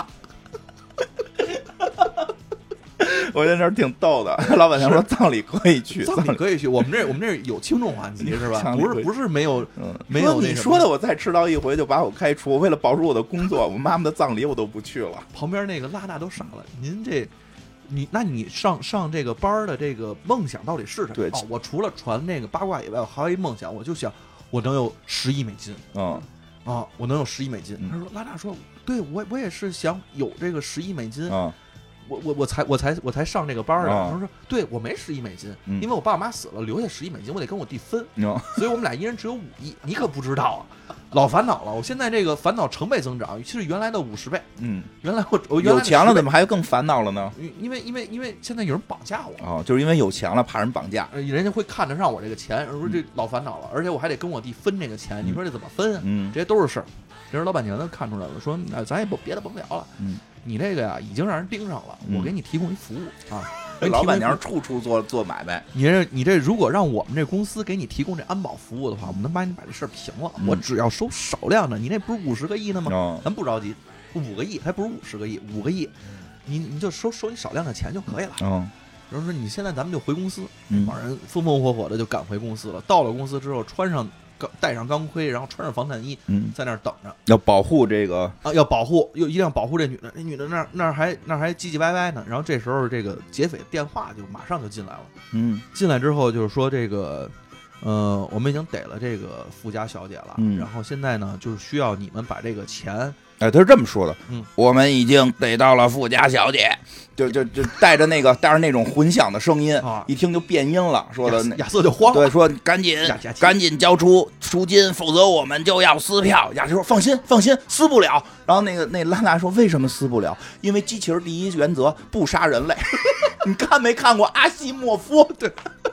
我觉得这挺逗的。老板娘说葬礼可以去， 葬礼可以去。我们这我们这有轻重缓急是吧？不是不是没有， 嗯， 没有你说的，我再迟到一回就把我开除。我为了保住我的工作，我妈妈的葬礼我都不去了。 旁边那个拉娜都傻了，您这。你那你上上这个班的这个梦想到底是什么？ 对， 哦，我除了传那个八卦以外，我还有一梦想，我就想我能有十亿美金。 嗯啊，我能有十亿美金。 嗯、 他说拉娜说，对我我也是想有这个十亿美金。 啊， 我我我才我才我才上这个班的。 啊、 他说，对我没十亿美金， 嗯、 因为我爸妈死了，留下十亿美金，我得跟我弟分。 嗯、 所以我们俩一人只有五亿。你可不知道啊。老烦恼了，我现在这个烦恼成倍增长，是原来的五十倍。 嗯， 原来我我原来有钱了，怎么还更烦恼了呢？ 因为因为因为现在有人绑架我。 哦，就是因为有钱了，怕人绑架， 人家会看得上我这个钱，说这老烦恼了，而且我还得跟我弟分这个钱，你说这怎么分啊？ 嗯， 这些都是事儿。这时候老板娘都看出来了，说那咱也不别的甭聊了， 嗯， 你这个呀已经让人盯上了，我给你提供一服务啊。 老板娘处处做做买卖， 你这你这如果让我们这公司给你提供这安保服务的话，我们能帮你把这事儿平了。 嗯、 我只要收少量的，你那不是五十个亿呢吗？ 哦、 咱不着急，五个亿还不是五十个亿，五个亿，你你就收收你少量的钱就可以了。 嗯、 然后说你现在咱们就回公司， 嗯、 帮人风风火火的就赶回公司了。到了公司之后，穿上。戴上钢盔，然后穿上防弹衣， 嗯， 在那儿等着， 要保护这个啊，要保护，又一定要保护这女的。这女的那那还那还唧唧歪歪呢。然后这时候这个劫匪电话就马上就进来了， 嗯， 进来之后就是说这个，呃，我们已经逮了这个富家小姐了， 嗯， 然后现在呢就是需要你们把这个钱。 哎，他是这么说的， 嗯， 我们已经逮到了富家小姐，就就就带着那个带着那种混响的声音， 啊， 一听就变音了，说的亚瑟就慌了， 对，说赶紧赶紧交出赎金，否则我们就要撕票。亚瑟说放心放心，撕不了。然后那个那拉娜说为什么撕不了？因为机器人第一原则不杀人类。你看没看过阿西莫夫？对。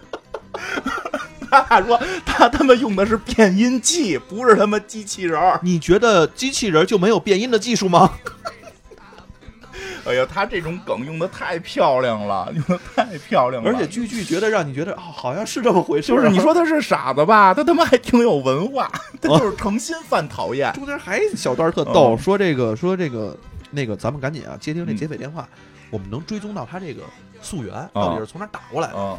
他说他他们用的是变音器，不是他妈机器人。 你觉得机器人就没有变音的技术吗？ 哎呀，他这种梗用的太漂亮了，用的太漂亮了， 而且句句觉得让你觉得哦，好像是这么回事、啊。 就是你说他是傻子吧，他他妈还挺有文化，他就是诚心犯讨厌。 中间还小段特逗，嗯、说这个说这个那个，咱们赶紧啊接听这劫匪电话，嗯、我们能追踪到他这个溯源、嗯、到底是从哪打过来的。 嗯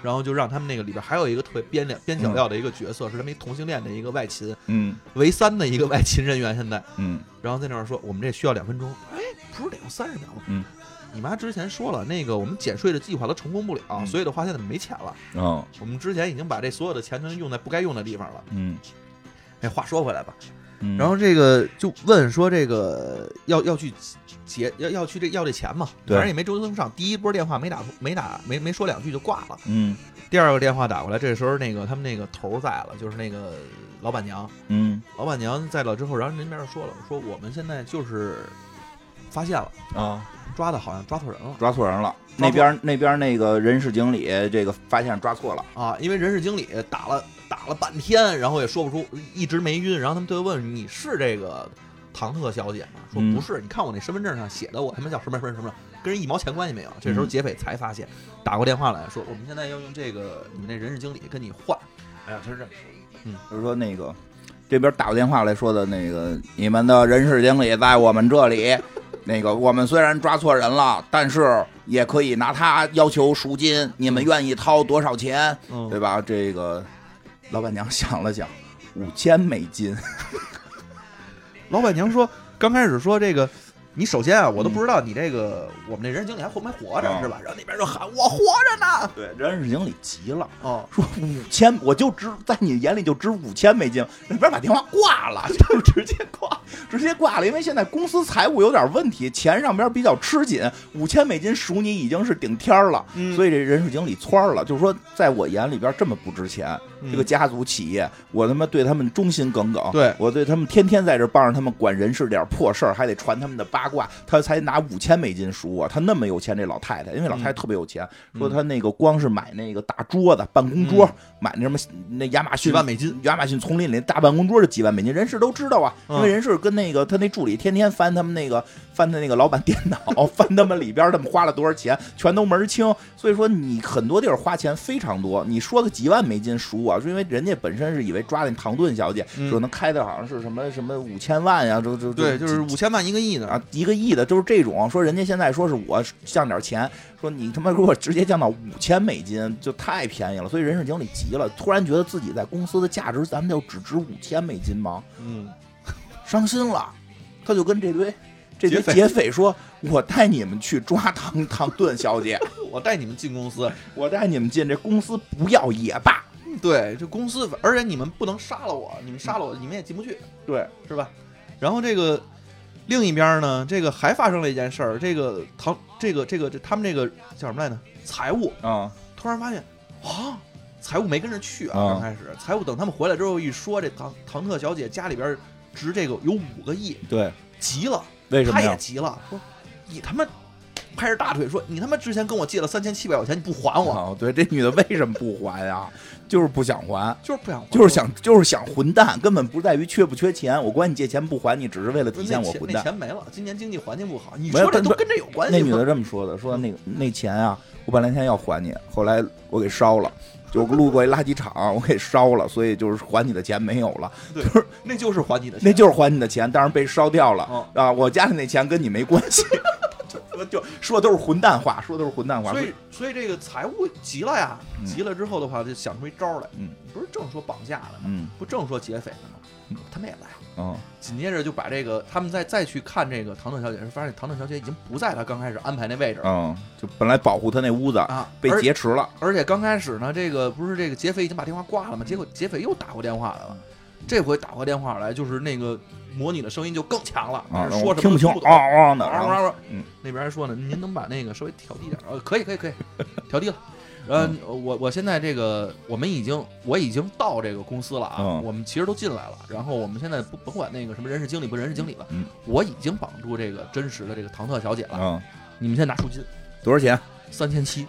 然后就让他们那个里边还有一个特别边边边角料的一个角色，嗯、是他们一同性恋的一个外勤， 嗯， 唯三的一个外勤人员，现在， 嗯， 然后在那边说我们这需要两分钟，哎，不是得要三十秒吗？ 嗯。 你妈之前说了，那个我们减税的计划都成功不了， 嗯、 所以的话现在没钱了。 嗯， 我们之前已经把这所有的钱全用在不该用的地方了。 嗯， 哎，话说回来吧， 嗯、 然后这个就问说这个要要去结要要去这要这钱嘛，反正也没折腾上。第一波电话没打没打没没说两句就挂了。 嗯， 第二个电话打过来，这时候那个他们那个头在了，就是那个老板娘。 嗯， 老板娘在了之后，然后人那边说了，说我们现在就是发现了啊。 抓的好像抓错人了， 抓错人了。那边那边那个人事经理，这个发现抓错了啊，因为人事经理打了打了半天，然后也说不出，一直没晕。然后他们就问你是这个唐特小姐吗？说不是，嗯、你看我那身份证上写的，我他妈叫什么什么什么，跟人一毛钱关系没有。这时候劫匪才发现，打过电话来说，我们现在要用这个你们那人事经理跟你换。哎呀，他是这么说， 嗯，就是说那个这边打过电话来说的那个，你们的人事经理在我们这里。那个，我们虽然抓错人了，但是也可以拿他要求赎金，你们愿意掏多少钱？嗯、对吧？这个老板娘想了想，五千美金。 老板娘说，刚开始说这个，你首先啊，我都不知道你这个、嗯、我们这人事经理还活没活着、嗯、是吧？然后那边就喊我活着呢。 对，人事经理急了， 哦， 说五千，我就值在你眼里就值五千美金，那边把电话挂了，就是直接挂。直接挂了，因为现在公司财务有点问题，钱上边比较吃紧，五千美金赎你已经是顶天了，嗯、所以这人事经理窜了，就是说，在我眼里边这么不值钱，嗯、这个家族企业，我他妈对他们忠心耿耿， 对我对他们天天在这帮着他们管人事点破事儿，还得传他们的八卦，他才拿五千美金赎我，他那么有钱，这老太太，因为老太太特别有钱，嗯、说他那个光是买那个大桌子、办公桌，嗯、买那什么那亚马逊几万美金， 亚马逊丛林里大办公桌就几万美金，人事都知道啊，因为人事跟那个他那助理天天翻他们那个翻他那个老板电脑，翻他们里边他们花了多少钱，全都门儿清。所以说你很多地儿花钱非常多，你说个几万美金赎啊，是因为人家本身是以为抓那唐顿小姐，可能开的好像是什么什么五千万呀，就就对，就是五千万一个亿的啊，一个亿的，就是这种。说人家现在说是我降点钱，说你他妈如果直接降到五千美金，就太便宜了。所以人事经理急了，突然觉得自己在公司的价值，咱们就只值五千美金吗？ 嗯， 伤心了。他就跟这堆这堆劫匪说：“我带你们去抓唐唐顿小姐， 我带你们进公司， 我带你们进这公司，不要也罢。 对，这公司，而且你们不能杀了我，你们杀了我，你们也进不去， 对， 是吧？然后这个另一边呢，这个还发生了一件事儿，这个唐，这个这个这他们这个叫什么来着？财务啊， 突然发现啊，财务没跟着去啊，刚开始，财务等他们回来之后一说，这唐唐特小姐家里边。”值这个有五个亿， 对， 急了， 为什么？ 他也急了，说你他妈拍着大腿说你他妈之前跟我借了三千七百块钱，你不还我？ 哦，对，这女的为什么不还呀？就是不想还， 就是不想还， 就是想就是想混蛋，根本不在于缺不缺钱。我管你借钱不还你，只是为了体现我混蛋。 那钱没了，今年经济环境不好，你说这都跟这有关系吗？ 那女的这么说的，说那个那钱啊，我本来天要还你，后来我给烧了。就路过一垃圾场，我给烧了，所以就是还你的钱没有了。 对， 就是那就是还你的钱， 那就是还你的钱，当然被烧掉了、 哦、 啊！我家里那钱跟你没关系，就就说都是混蛋话，说都是混蛋话。 所以，所以这个财务急了呀，嗯、急了之后的话，就想出一招来。 嗯， 不是正说绑架的吗？ 嗯， 不正说劫匪的吗？嗯、他们也来。 嗯， 紧接着就把这个他们再再去看这个唐顿小姐，发现唐顿小姐已经不在她刚开始安排那位置了。 嗯，就本来保护她那屋子啊被劫持了， 而且刚开始呢，这个不是这个劫匪已经把电话挂了吗？结果劫匪又打过电话来了，这回打过电话来就是那个模拟的声音就更强了， 啊、 说什么听不清， 啊啊的， 啊啊！ 嗯， 那边还说呢，您能把那个稍微调低点？呃，可以可以可以，调低了。呃，我我现在这个我们已经我已经到这个公司了啊， 嗯、 我们其实都进来了，然后我们现在不甭管那个什么人事经理不人事经理了， 嗯， 我已经绑住这个真实的这个唐特小姐了， 嗯， 你们现在拿赎金多少钱？ 三千七。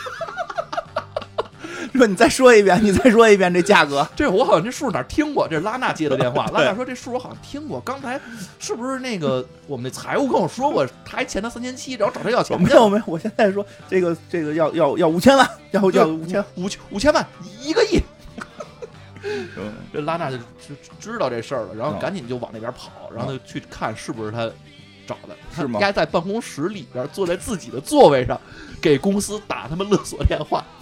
说你再说一遍，你再说一遍这价格。 这我好像这数哪儿听过？这是拉娜接的电话，拉娜说这数我好像听过。刚才是不是那个我们那财务跟我说过，他还欠他三千七，然后找他要钱？ 没有没有，我现在说这个这个要要要五千万，要要五千五五千万一个亿。这拉娜就就知道这事儿了，然后赶紧就往那边跑，然后就去看是不是他找的。 是吗？ 他在办公室里边坐在自己的座位上，给公司打他们勒索电话。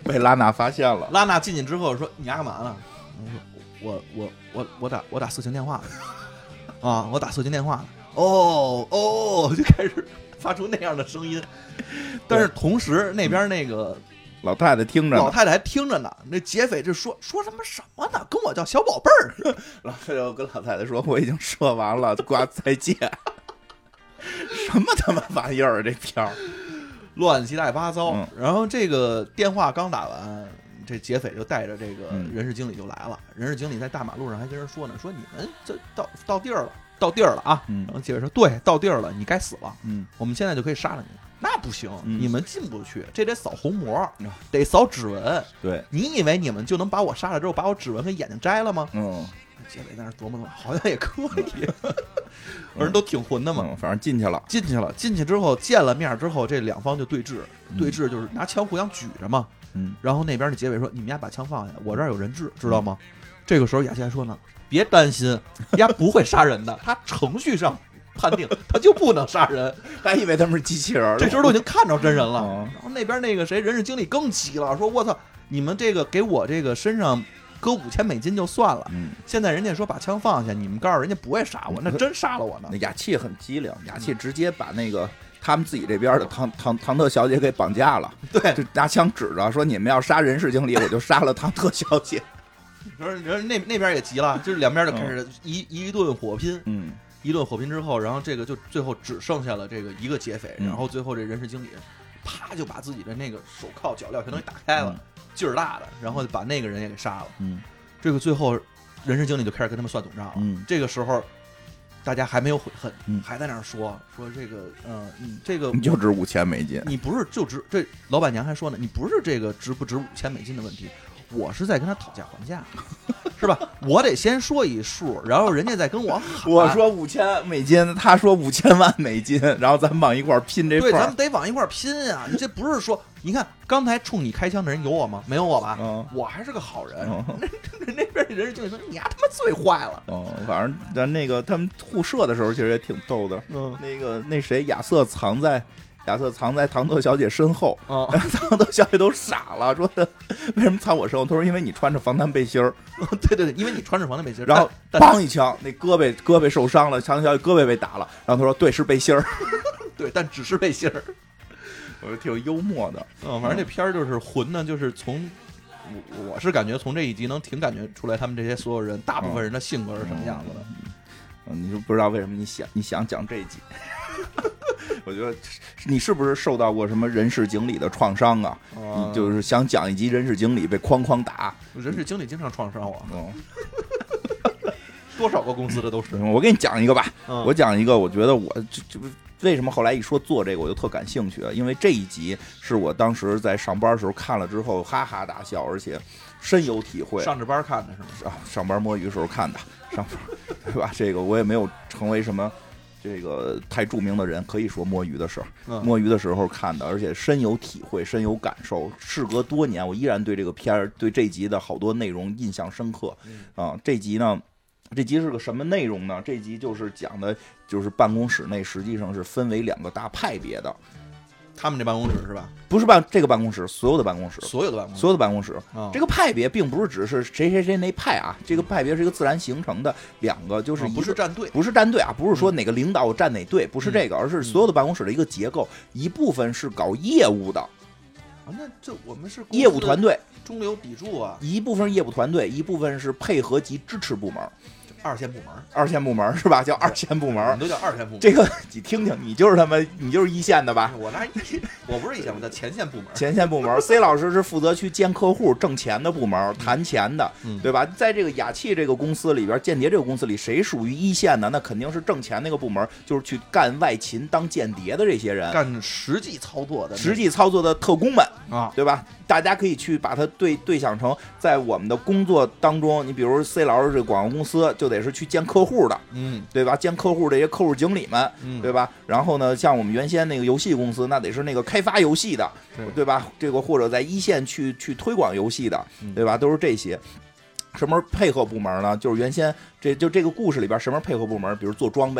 被拉娜发现了。 拉娜进去之后说：“你丫干嘛呢？”我说：“我我我我打我打色情电话呢，啊，我打色情电话呢。”哦哦，就开始发出那样的声音。但是同时那边那个老太太听着， 老太太还听着呢。那劫匪就说说什么什么呢？跟我叫小宝贝儿。 老太太跟老太太说：“我已经射完了，挂再见。”什么他妈玩意儿啊！这片儿乱七八糟。 嗯、 然后这个电话刚打完，这劫匪就带着这个人事经理就来了。嗯、人事经理在大马路上还跟人说呢，说你们这到到地儿了，到地儿了啊！ 嗯、 然后劫匪说：“对，到地儿了，你该死了。 嗯， 我们现在就可以杀了你。”那不行， 嗯、 你们进不去，这得扫虹膜，嗯、得扫指纹。 对， 你以为你们就能把我杀了之后，把我指纹和眼睛摘了吗？ 嗯， 劫匪在那琢磨琢磨，好像也可以。反正都挺混的嘛、 嗯，反正进去了， 进去了，进去之后见了面之后，这两方就对峙， 嗯、 对峙就是拿枪互相举着嘛。 嗯， 然后那边的劫匪说：“你们家把枪放下，我这儿有人质，知道吗？”嗯、这个时候雅琪还说呢：“别担心，丫不会杀人的，他程序上判定他就不能杀人。” 还以为他们是机器人， 这时候都已经看着真人了。 嗯、 然后那边那个谁人事经理更急了，说：“我操，你们这个给我这个身上。”搁五千美金就算了， 嗯， 现在人家说把枪放下，你们告诉人家不会杀我，那真杀了我呢。 那雅气很机灵，雅气直接把那个他们自己这边的唐唐唐特小姐给绑架了， 对， 就拿枪指着说你们要杀人事经理，我就杀了唐特小姐。 人人那那边也急了，就是两边就开始一、嗯、一顿火拼， 嗯， 一顿火拼之后，然后这个就最后只剩下了这个一个劫匪， 嗯、 然后最后这人事经理啪就把自己的那个手铐脚镣全都给打开了，嗯、劲儿大的，然后就把那个人也给杀了， 嗯。 这个最后，人事经理就开始跟他们算总账了。 嗯， 这个时候，大家还没有悔恨， 嗯、 还在那儿说说这个，嗯、呃，你这个你就值五千美金， 你不是就值这老板娘还说呢，你不是这个值不值五千美金的问题，我是在跟他讨价还价，是吧？我得先说一数，然后人家再跟我喊。 我说五千美金，他说五千万美金，然后咱们往一块儿拼这块儿。 对，咱们得往一块儿拼啊！你这不是说，你看刚才冲你开枪的人有我吗？没有我吧？ 嗯， 我还是个好人。 嗯、 那那边人事经理说：“你丫他妈最坏了。” 哦，反正咱那个他们互射的时候，其实也挺逗的。 嗯， 那个那谁亚瑟藏在。亚瑟藏在唐特小姐身后， 哦、 唐特小姐都傻了，说的为什么藏我身后？他说因为你穿着防弹背心儿。 对对对，因为你穿着防弹背心儿。 然后梆一枪，那胳膊胳膊受伤了，唐特小姐胳膊被打了。然后他说对，是背心儿。 对，但只是背心儿。 我觉得挺幽默的。 嗯，反正这片儿就是混呢，就是从我我是感觉从这一集能挺感觉出来他们这些所有人大部分人的性格是什么样子的。 嗯，嗯你就不知道为什么你想你想讲这一集。我觉得你是不是受到过什么人事经理的创伤啊？ 嗯、 你就是想讲一集人事经理被哐哐打， 人事经理经常创伤我。 嗯， 多少个公司的都是。 我给你讲一个吧， 嗯、 我讲一个，我觉得我这这为什么后来一说做这个我就特感兴趣啊？因为这一集是我当时在上班的时候看了之后哈哈大笑，而且深有体会。 上着班看的是吗？ 上上班摸鱼的时候看的，上班对吧？这个我也没有成为什么。这个太著名的人，可以说摸鱼的事儿， 嗯、 摸鱼的时候看的，而且深有体会，深有感受。事隔多年，我依然对这个片儿，对这集的好多内容印象深刻。啊，这集呢，这集是个什么内容呢？这集就是讲的，就是办公室内实际上是分为两个大派别的。 他们这办公室是吧？ 不是办这个办公室，所有的办公室， 所有的办公室， 所有的办公室。 哦、 这个派别并不是只是谁谁谁那派啊，这个派别是一个自然形成的两个，就是一个、 哦、不是战队， 不是战队啊，不是说哪个领导站哪队，不是这个， 嗯、 而是所有的办公室的一个结构，一部分是搞业务的。 啊，那这我们是业务团队， 中流砥柱啊。 一部分是业务团队，一部分是配合及支持部门。 二线部门， 二线部门是吧？叫二线部门， 都叫二线部门。 这个你听听，你就是他妈，你就是一线的吧？ 我那一，我不是一线，我叫前线部门。 前线部门 ，C 老师是负责去见客户、挣钱的部门，谈钱的， 嗯、 对吧？在这个雅气这个公司里边，间谍这个公司里，谁属于一线的？那肯定是挣钱那个部门，就是去干外勤、当间谍的这些人， 干实际操作的、 实际操作的特工们啊， 对吧？大家可以去把它对对想成，在我们的工作当中，你比如 C 老师这个广告公司，就得是去见客户的， 嗯， 对吧？见客户这些客户经理们， 嗯， 对吧？然后呢，像我们原先那个游戏公司，那得是那个开发游戏的，对吧？这个或者在一线去去推广游戏的，对吧？都是这些。什么是配合部门呢？就是原先这就这个故事里边，什么是配合部门？比如做装备的，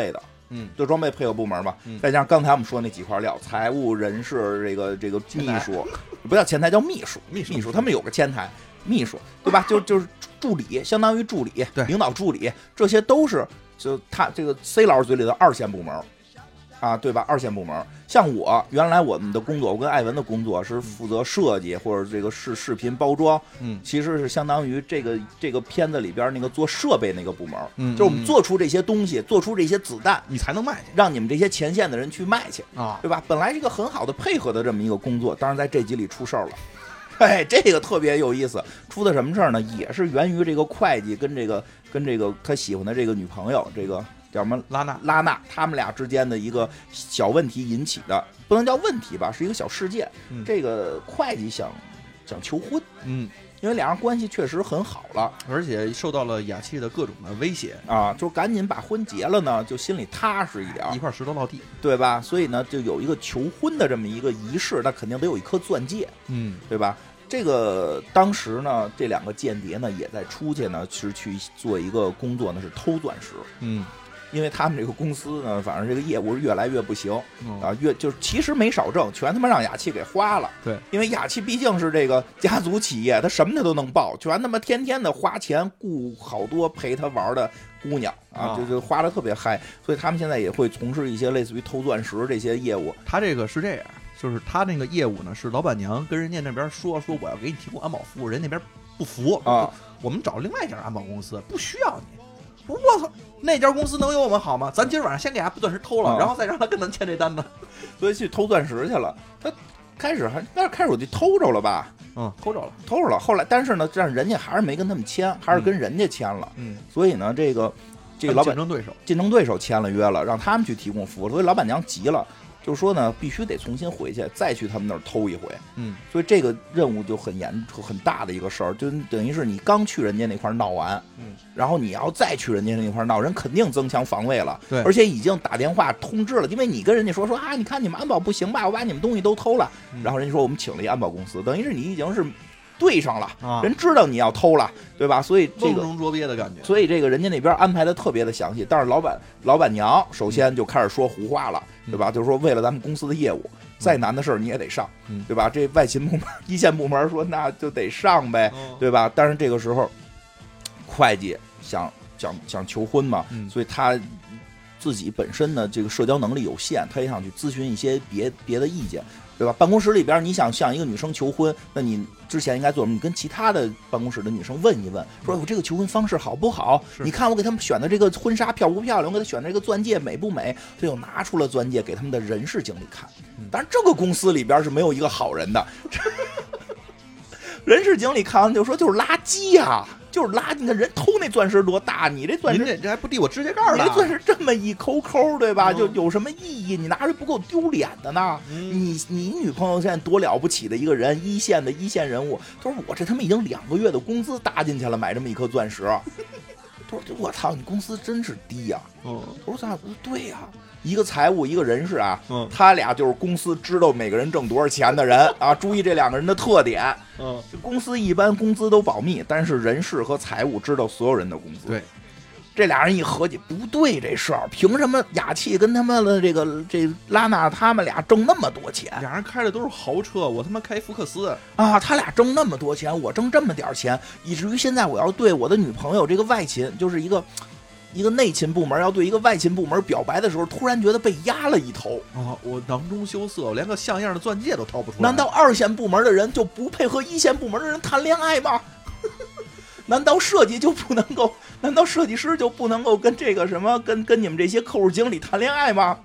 嗯， 对装备配合部门嘛， 嗯、 再加上刚才我们说那几块料，财务、人事、这个这个秘书，不叫前台，叫秘书， 秘书， 秘书，他们有个前台。秘书对吧？就就是助理，相当于助理， 对， 领导助理，这些都是就他这个 C 老师嘴里的二线部门啊，对吧？二线部门，像我原来我们的工作，我跟艾文的工作是负责设计或者这个视视频包装， 嗯， 其实是相当于这个这个片子里边那个做设备那个部门， 嗯， 就是我们做出这些东西，做出这些子弹， 你才能卖去， 让你们这些前线的人去卖去啊， 对吧？本来是一个很好的配合的这么一个工作，当然在这集里出事儿了。哎，这个特别有意思，出的什么事儿呢？也是源于这个会计跟这个跟这个他喜欢的这个女朋友，这个叫什么拉娜拉娜，他们俩之间的一个小问题引起的，不能叫问题吧，是一个小事件。 嗯、 这个会计想想求婚， 嗯， 因为俩人关系确实很好了， 而且受到了雅契的各种的威胁啊，就赶紧把婚结了呢，就心里踏实一点， 一块石头落地， 对吧？所以呢，就有一个求婚的这么一个仪式，那肯定得有一颗钻戒， 嗯， 对吧？这个当时呢，这两个间谍呢也在出去呢，是去做一个工作呢，是偷钻石。 嗯， 因为他们这个公司呢，反正这个业务越来越不行、 嗯、 啊，越就是其实没少挣，全他妈让雅契给花了。 对， 因为雅契毕竟是这个家族企业，他什么他都能报，全他妈天天的花钱雇好多陪他玩的姑娘啊， 哦、 就就花的特别嗨，所以他们现在也会从事一些类似于偷钻石这些业务。 他这个是这样。就是他那个业务呢，是老板娘跟人家那边说说我要给你提供安保服务，人那边不服啊， 我们找另外一家安保公司，不需要你。我操，那家公司能有我们好吗？咱今儿晚上先给他钻石偷了，啊、然后再让他跟咱签这单子， 所以去偷钻石去了。他开始还那是开始我就偷着了吧？ 嗯，偷着了， 偷着了。后来但是呢，这样人家还是没跟他们签，还是跟人家签了。 嗯， 所以呢，这个这个老板竞争对手， 竞争对手签了约了，让他们去提供服务，所以老板娘急了。就是说呢，必须得重新回去，再去他们那儿偷一回。 嗯， 所以这个任务就很严很大的一个事儿，就等于是你刚去人家那块闹完， 嗯， 然后你要再去人家那块闹，人肯定增强防卫了。 对， 而且已经打电话通知了，因为你跟人家说说啊，你看你们安保不行吧，我把你们东西都偷了， 嗯、 然后人家说我们请了一安保公司，等于是你已经是对上了， 啊、 人知道你要偷了，对吧？所以这个瓮中捉鳖的感觉。 所以这个人家那边安排的特别的详细，但是老板老板娘首先就开始说胡话了， 嗯、 对吧？就是说为了咱们公司的业务，再难的事儿你也得上， 嗯、 对吧？这外勤部门、一线部门说那就得上呗， 哦、 对吧？但是这个时候，会计想想想求婚嘛， 嗯、 所以他自己本身呢这个社交能力有限，他也想去咨询一些别别的意见。对吧？办公室里边，你想向一个女生求婚，那你之前应该做什么？你跟其他的办公室的女生问一问，说我这个求婚方式好不好？你看我给他们选的这个婚纱漂不漂亮？我给他选的这个钻戒美不美？他就拿出了钻戒给他们的人事经理看。当然，这个公司里边是没有一个好人的。人事经理看完就说：“就是垃圾呀、啊！”就是垃圾，你看人偷那钻石多大，你这钻石这这还不抵我指甲盖呢？ 你这钻石这么一抠抠，对吧？ 嗯、 就有什么意义？你拿着不够丢脸的呢？ 嗯、 你你女朋友现在多了不起的一个人，一线的一线人物。他说我这他妈已经两个月的工资搭进去了，买这么一颗钻石。他说我操，你公司真是低呀、啊！ 嗯、 我说咋不对呀、啊？一个财务，一个人事啊， 嗯、 他俩就是公司知道每个人挣多少钱的人啊。注意这两个人的特点。 嗯， 公司一般工资都保密，但是人事和财务知道所有人的工资。 对， 这俩人一合计，不对，这事儿凭什么雅契跟他们的这个这拉娜他们俩挣那么多钱？ 俩人开的都是豪车，我他妈开福克斯啊！他俩挣那么多钱，我挣这么点钱，以至于现在我要对我的女朋友这个外勤，就是一个。一个内勤部门要对一个外勤部门表白的时候，突然觉得被压了一头啊！我囊中羞涩，我连个像样的钻戒都掏不出来。 难道二线部门的人就不配合一线部门的人谈恋爱吗？难道设计就不能够？难道设计师就不能够跟这个什么跟跟你们这些客户经理谈恋爱吗？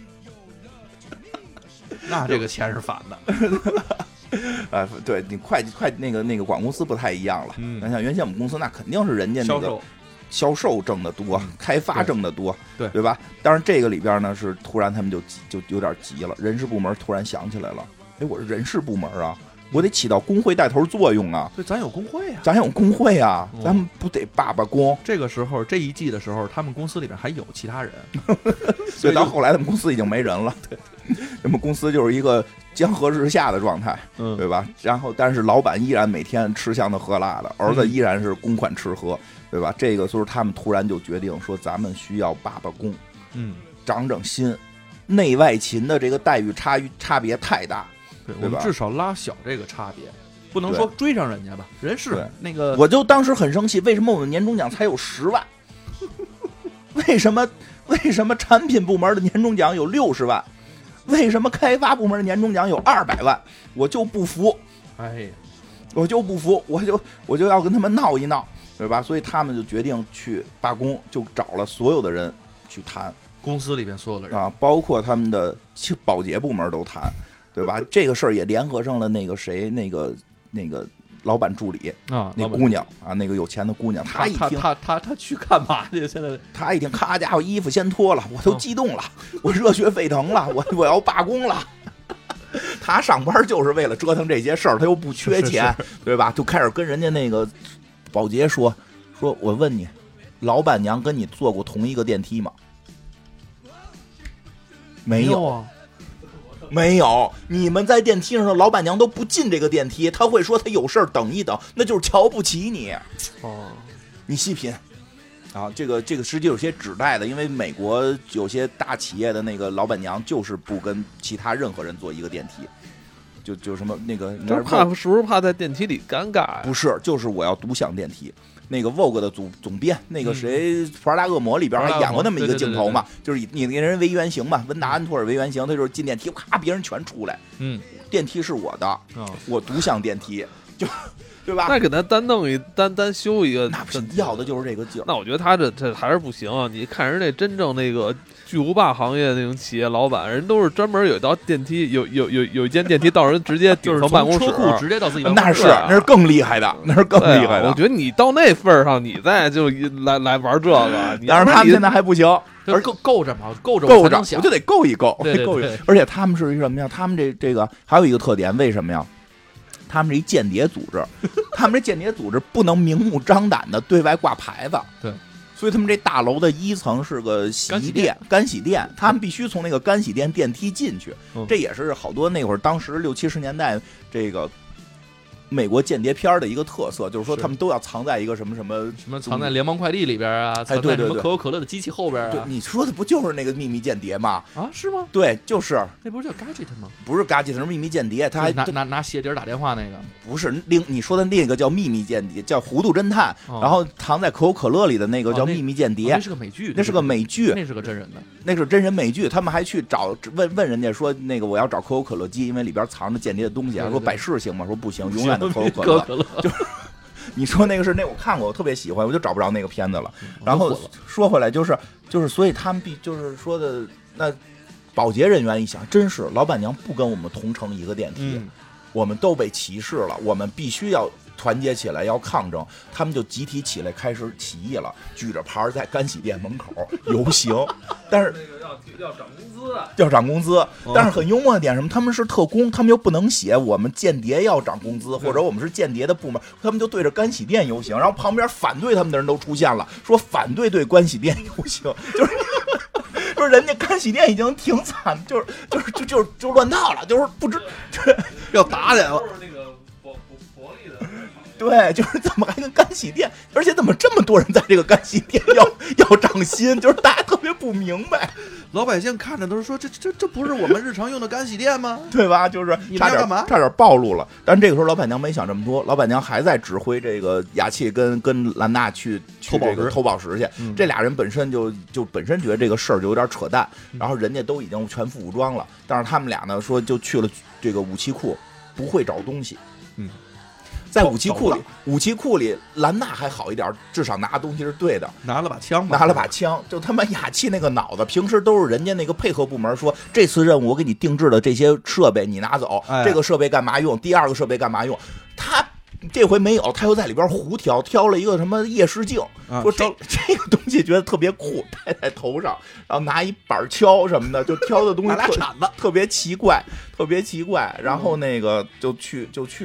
那这个钱是反的。 呃，对你会计会计那个那个广公司不太一样了。 嗯， 像原先我们公司那肯定是人家那个。销售挣得多，开发挣得多， 对对吧？当然这个里边呢是突然他们就急就有点急了，人事部门突然想起来了，哎，我是人事部门啊，我得起到工会带头作用啊。 对，咱有工会啊， 咱有工会啊， 嗯、 咱们不得罢罢工？ 这个时候这一季的时候，他们公司里边还有其他人， 所以到后来他们公司已经没人了，对，他们公司就是一个江河日下的状态， 嗯， 对吧？然后但是老板依然每天吃香的喝辣的，儿子依然是公款吃喝。对吧？这个时候他们突然就决定说，咱们需要罢罢工。 嗯， 长长心，内外勤的这个待遇差异差别太大， 对， 对吧我们至少拉小这个差别，不能说追上人家吧。人是那个， 我就当时很生气，为什么我们年终奖才有十万？为什么为什么产品部门的年终奖有六十万？为什么开发部门的年终奖有二百万？我就不服， 哎呀， 我就不服，我就我就要跟他们闹一闹，对吧？所以他们就决定去罢工，就找了所有的人去谈， 公司里边所有的人啊，包括他们的保洁部门都谈，对吧？这个事儿也联合上了那个谁，那个那个老板助理啊， 那姑娘啊，那个有钱的姑娘， 她一听她她她去干嘛去？现在她一听，咔家伙衣服先脱了，我都激动了，我热血沸腾了，我我要罢工了。他上班就是为了折腾这些事儿，他又不缺钱，对吧？就开始跟人家那个保洁说说，我问你，老板娘跟你坐过同一个电梯吗？没有啊， 没有。你们在电梯上的老板娘都不进这个电梯，他会说他有事儿等一等，那就是瞧不起你。 哦， 你细品。啊，这个这个实际有些指代的，因为美国有些大企业的那个老板娘就是不跟其他任何人坐一个电梯，就就什么那个， 就是怕是不是怕在电梯里尴尬呀？ 不是，就是我要独享电梯。那个 Vogue 的总总编，那个谁，《普拉达恶魔》里边还演过那么一个镜头嘛，就是以你那人为原型嘛，温达安托尔为原型，他就是进电梯，咔，别人全出来， 嗯， 电梯是我的， 哦、 我独享电梯，就。对吧？ 那给他单弄一单单修一个， 那不是要的就是这个劲儿。 那我觉得他这这还是不行啊！你看人那真正那个巨无霸行业那种企业老板，人都是专门有一道电梯，有有有有一间电梯到人直接顶层办公室， 就是从车库直接到自己办公室。那是那是更厉害的，那是更厉害的。 我觉得你到那份儿上，你再就来来玩这个， 但是他们现在还不行。 而够够着嘛，够着够着，我就得够一够， 对对对够一。而且他们是什么呀？他们这这个还有一个特点，为什么呀？他们是一间谍组织，他们这间谍组织不能明目张胆的对外挂牌子， 对， 所以他们这大楼的一层是个洗衣店、干洗店，他们必须从那个干洗店电梯进去， 嗯、 这也是好多那会儿当时六七十年代这个美国间谍片的一个特色，就是说他们都要藏在一个什么什么什么藏在联邦快递里边啊，藏在什么可口可乐的机器后边啊。 对，你说的不就是那个秘密间谍吗？ 啊，是吗？ 对，就是那不是叫 Gadget 吗？ 不是 Gadget， 是秘密间谍，他还拿拿拿鞋底打电话那个。 不是另你说的另一个叫秘密间谍，叫糊涂侦探，哦、然后藏在可口可乐里的那个叫秘密间谍， 哦、那, 哦、那是个美剧， 那是个美剧， 那是个真人的， 那是真人美剧。他们还去找问问人家说，那个我要找可口可乐机，因为里边藏着间谍的东西。说百事行吗？说不行，永远的可口可乐。就是你说那个是那我看过，我特别喜欢，我就找不着那个片子了。然后说回来，就是就是，所以他们必就是说的那保洁人员一想，真是老板娘不跟我们同乘一个电梯， 嗯、 我们都被歧视了，我们必须要团结起来，要抗争。他们就集体起来开始起义了，举着牌在干洗店门口游行。但是要涨工资， 要涨工资，但是很幽默的点什么？他们是特工，他们又不能写我们间谍要涨工资，或者我们是间谍的部门，他们就对着干洗店游行，然后旁边反对他们的人都出现了，说反对对干洗店游行，就是就是人家干洗店已经挺惨，就是就是就就就乱套了，就是不知要打起来了。 对，就是怎么还跟干洗店，而且怎么这么多人在这个干洗店要要涨薪，就是大家特别不明白， 老百姓看着都是说这这这不是我们日常用的干洗店吗？ 对吧？就是差点差点暴露了。但这个时候老板娘没想这么多，老板娘还在指挥这个雅契跟跟兰娜去去这个偷宝石去。 嗯、 这俩人本身就就本身觉得这个事儿就有点扯淡，然后人家都已经全副武装了，但是他们俩呢说就去了这个武器库，不会找东西。 嗯。 在武器库里，武器库里，兰娜还好一点，至少拿东西是对的， 拿了把枪吧， 拿了把枪。就他妈雅契那个脑子，平时都是人家那个配合部门说，这次任务我给你定制的这些设备你拿走， 哎、 这个设备干嘛用？第二个设备干嘛用？他这回没有，他又在里边胡挑，挑了一个什么夜视镜， 啊、 说这这个东西觉得特别酷，戴在头上，然后拿一板锹什么的，就挑的东西特铲子特别奇怪，特别奇怪。然后那个就去就去了。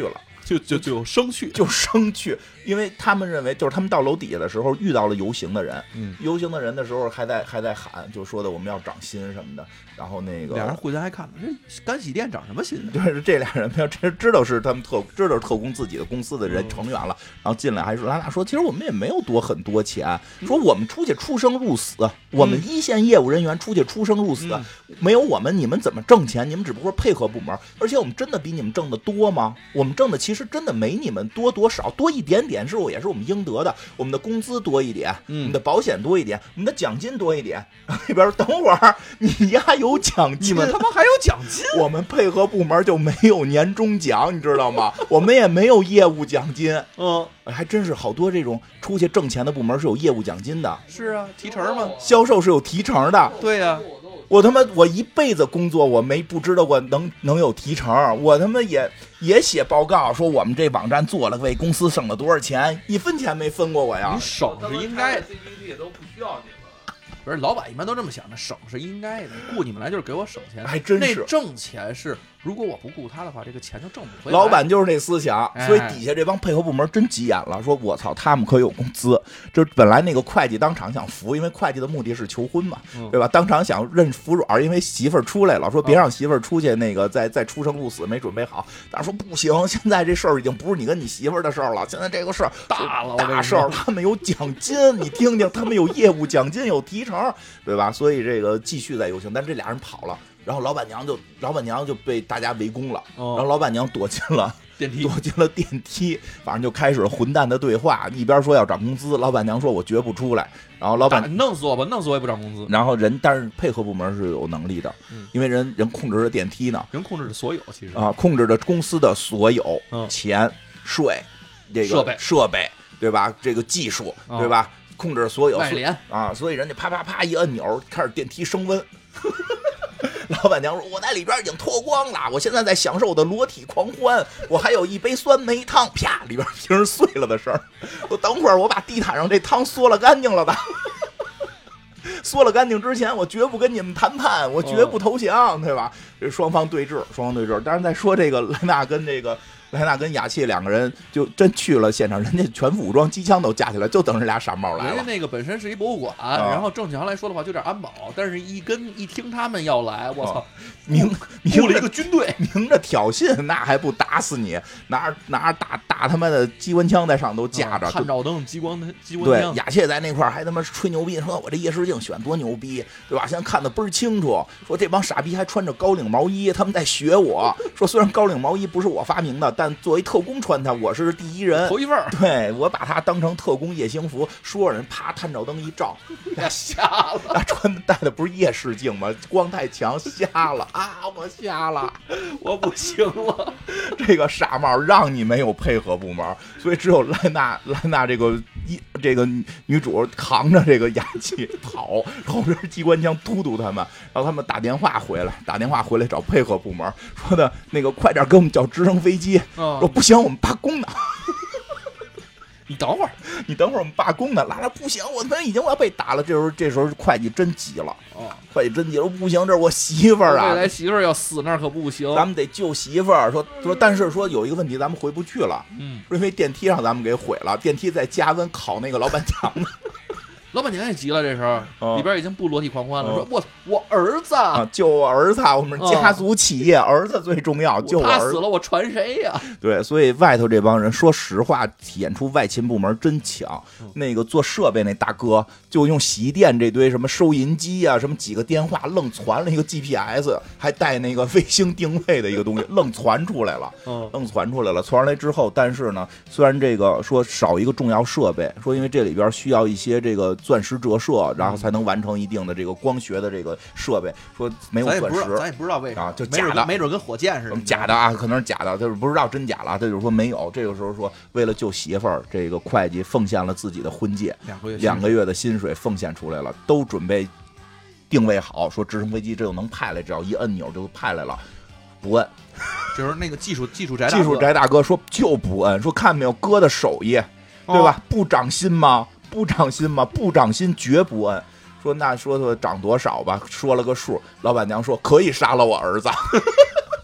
就就就生去， 就生去，因为他们认为就是他们到楼底下的时候遇到了游行的人， 嗯， 游行的人的时候还在还在喊，就说的我们要涨薪什么的，然后那个俩人互相还看了，这干洗店涨什么薪呢？ 就是这俩人没有知知道是他们特知道是特工自己的公司的人成员了，然后进来还说拉拉说，其实我们也没有多很多钱，说我们出去出生入死，我们一线业务人员出去出生入死， 嗯、 没有我们你们怎么挣钱？你们只不过配合部门，而且我们真的比你们挣的多吗？我们挣的其实真的没你们多多少，多一点点是我也是我们应得的，我们的工资多一点， 嗯、 我们的保险多一点，我们的奖金多一点。那边等会儿你丫有奖金， 你们他妈还有奖金？ 我们配合部门就没有年终奖，你知道吗？我们也没有业务奖金。 嗯， 还真是好多这种出去挣钱的部门是有业务奖金的。 是啊，提成嘛， 销售是有提成的。 对呀、啊。 我他妈我一辈子工作我没不知道过能能有提成，我他妈也也写报告说我们这网站做了为公司省了多少钱，一分钱没分过我呀。 你省是应该的 ，C P D 都不需要你们。 不是，老板一般都这么想的，省是应该的，雇你们来就是给我省钱， 还真是。 那挣钱是，如果我不雇他的话，这个钱就挣不回来。 老板就是这思想， 哎、 所以底下这帮配合部门真急眼了，说我操，他们可有工资。就本来那个会计当场想服，因为会计的目的是求婚嘛， 嗯、 对吧？当场想认服软，因为媳妇儿出来了，说别让媳妇儿出去那个再再出生入死，没准备好。但是说不行，现在这事儿已经不是你跟你媳妇儿的事儿了，现在这个事儿大了， 大事儿，他们有奖金，你听听，他们有业务奖金，有提成，对吧？所以这个继续在游行，但这俩人跑了。然后老板娘就老板娘就被大家围攻了， 哦、 然后老板娘躲进了电梯， 躲进了电梯，反正就开始混蛋的对话，一边说要涨工资，老板娘说我绝不出来，然后老板弄死我吧，弄死我也不涨工资。 然后人但是配合部门是有能力的， 嗯、 因为人人控制着电梯呢， 人控制着所有，其实啊，控制着公司的所有、 嗯、 钱、税、这个设备、 设备，对吧？这个技术， 哦、 对吧？控制所有外联啊，所以人家啪啪啪一按钮，开始电梯升温。老板娘说：“我在里边已经脱光了，我现在在享受我的裸体狂欢，我还有一杯酸梅汤，啪，里边瓶儿碎了的事儿。我等会儿我把地毯上这汤嗦了干净了的，嗦了干净之前，我绝不跟你们谈判，我绝不投降，对吧？这双方对峙，双方对峙。但是再说这个莱纳跟这个。”莱纳跟雅契两个人就真去了现场，人家全副武装，机枪都架起来，就等这俩傻帽来了。 人家那个本身是一博物馆， 啊、 然后正常来说的话就点安保，但是一跟一听他们要来，我操， 明雇了一个军队， 明着挑衅，那还不打死你？拿着拿着大大他妈的机关枪在上都架着， 探照灯、激光激光枪。 对，雅切在那块儿还他妈吹牛逼，说我这夜视镜选多牛逼，对吧？现在看的倍儿清楚。说这帮傻逼还穿着高领毛衣，他们在学我。说虽然高领毛衣不是我发明的，但作为特工穿它，我是第一人， 头一份儿。 对，我把它当成特工夜行服，说人啪探照灯一照， 瞎了。 他穿的戴的不是夜视镜吗？光太强，瞎了啊！我瞎了， 我不行了。 这个傻帽让你没有配合部门，所以只有莱纳莱纳这个一这个女主扛着这个雅气跑，后边机关枪突突他们，然后他们打电话回来，打电话回来找配合部门，说的那个快点给我们叫直升飞机。 哦、 说不行，我们罢工呢。 你等会儿， 你等会儿，我们罢工呢。拉拉不行，我他妈已经要被打了。这时候，这时候会计真急了。 哦， 会计真急了，不行，这是我媳妇儿啊！ 未来媳妇儿要死那儿可不行。 咱们得救媳妇儿。说说，但是说有一个问题，咱们回不去了。 嗯， 因为电梯让咱们给毁了，电梯在加温烤那个老板娘呢。 老板娘也急了，这时候、 哦、 里边已经不裸体狂欢了， 哦、 说我我儿子啊，救我儿子，我们家族企业，哦、儿子最重要，救我儿子。 他死了，我传谁呀？ 对，所以外头这帮人，说实话，体现出外勤部门真强。 嗯、 那个做设备那大哥，就用洗衣店这堆什么收银机啊，什么几个电话，愣传了一个 G P S， 还带那个卫星定位的一个东西，愣传出来了。 嗯， 愣传出来了。传出来之后，但是呢，虽然这个说少一个重要设备，说因为这里边需要一些这个钻石折射。然后才能完成一定的这个光学的这个设备，说没有钻石， 咱也不知道为啥啊，就假的， 没准跟火箭似的， 假的啊，可能是假的，就是不知道真假了。他就是说没有。这个时候说，为了救媳妇儿，这个会计奉献了自己的婚戒， 两个月两个月的薪水奉献出来了，都准备定位好，说直升飞机这就能派来，只要一按钮就派来了，不摁。 这时候那个技术技术宅技术宅大哥说就不摁，说看没有哥的手艺，对吧？哦、不涨薪吗？不涨薪吗？不涨薪绝不摁。说那说说涨多少吧，说了个数。老板娘说可以杀了我儿子。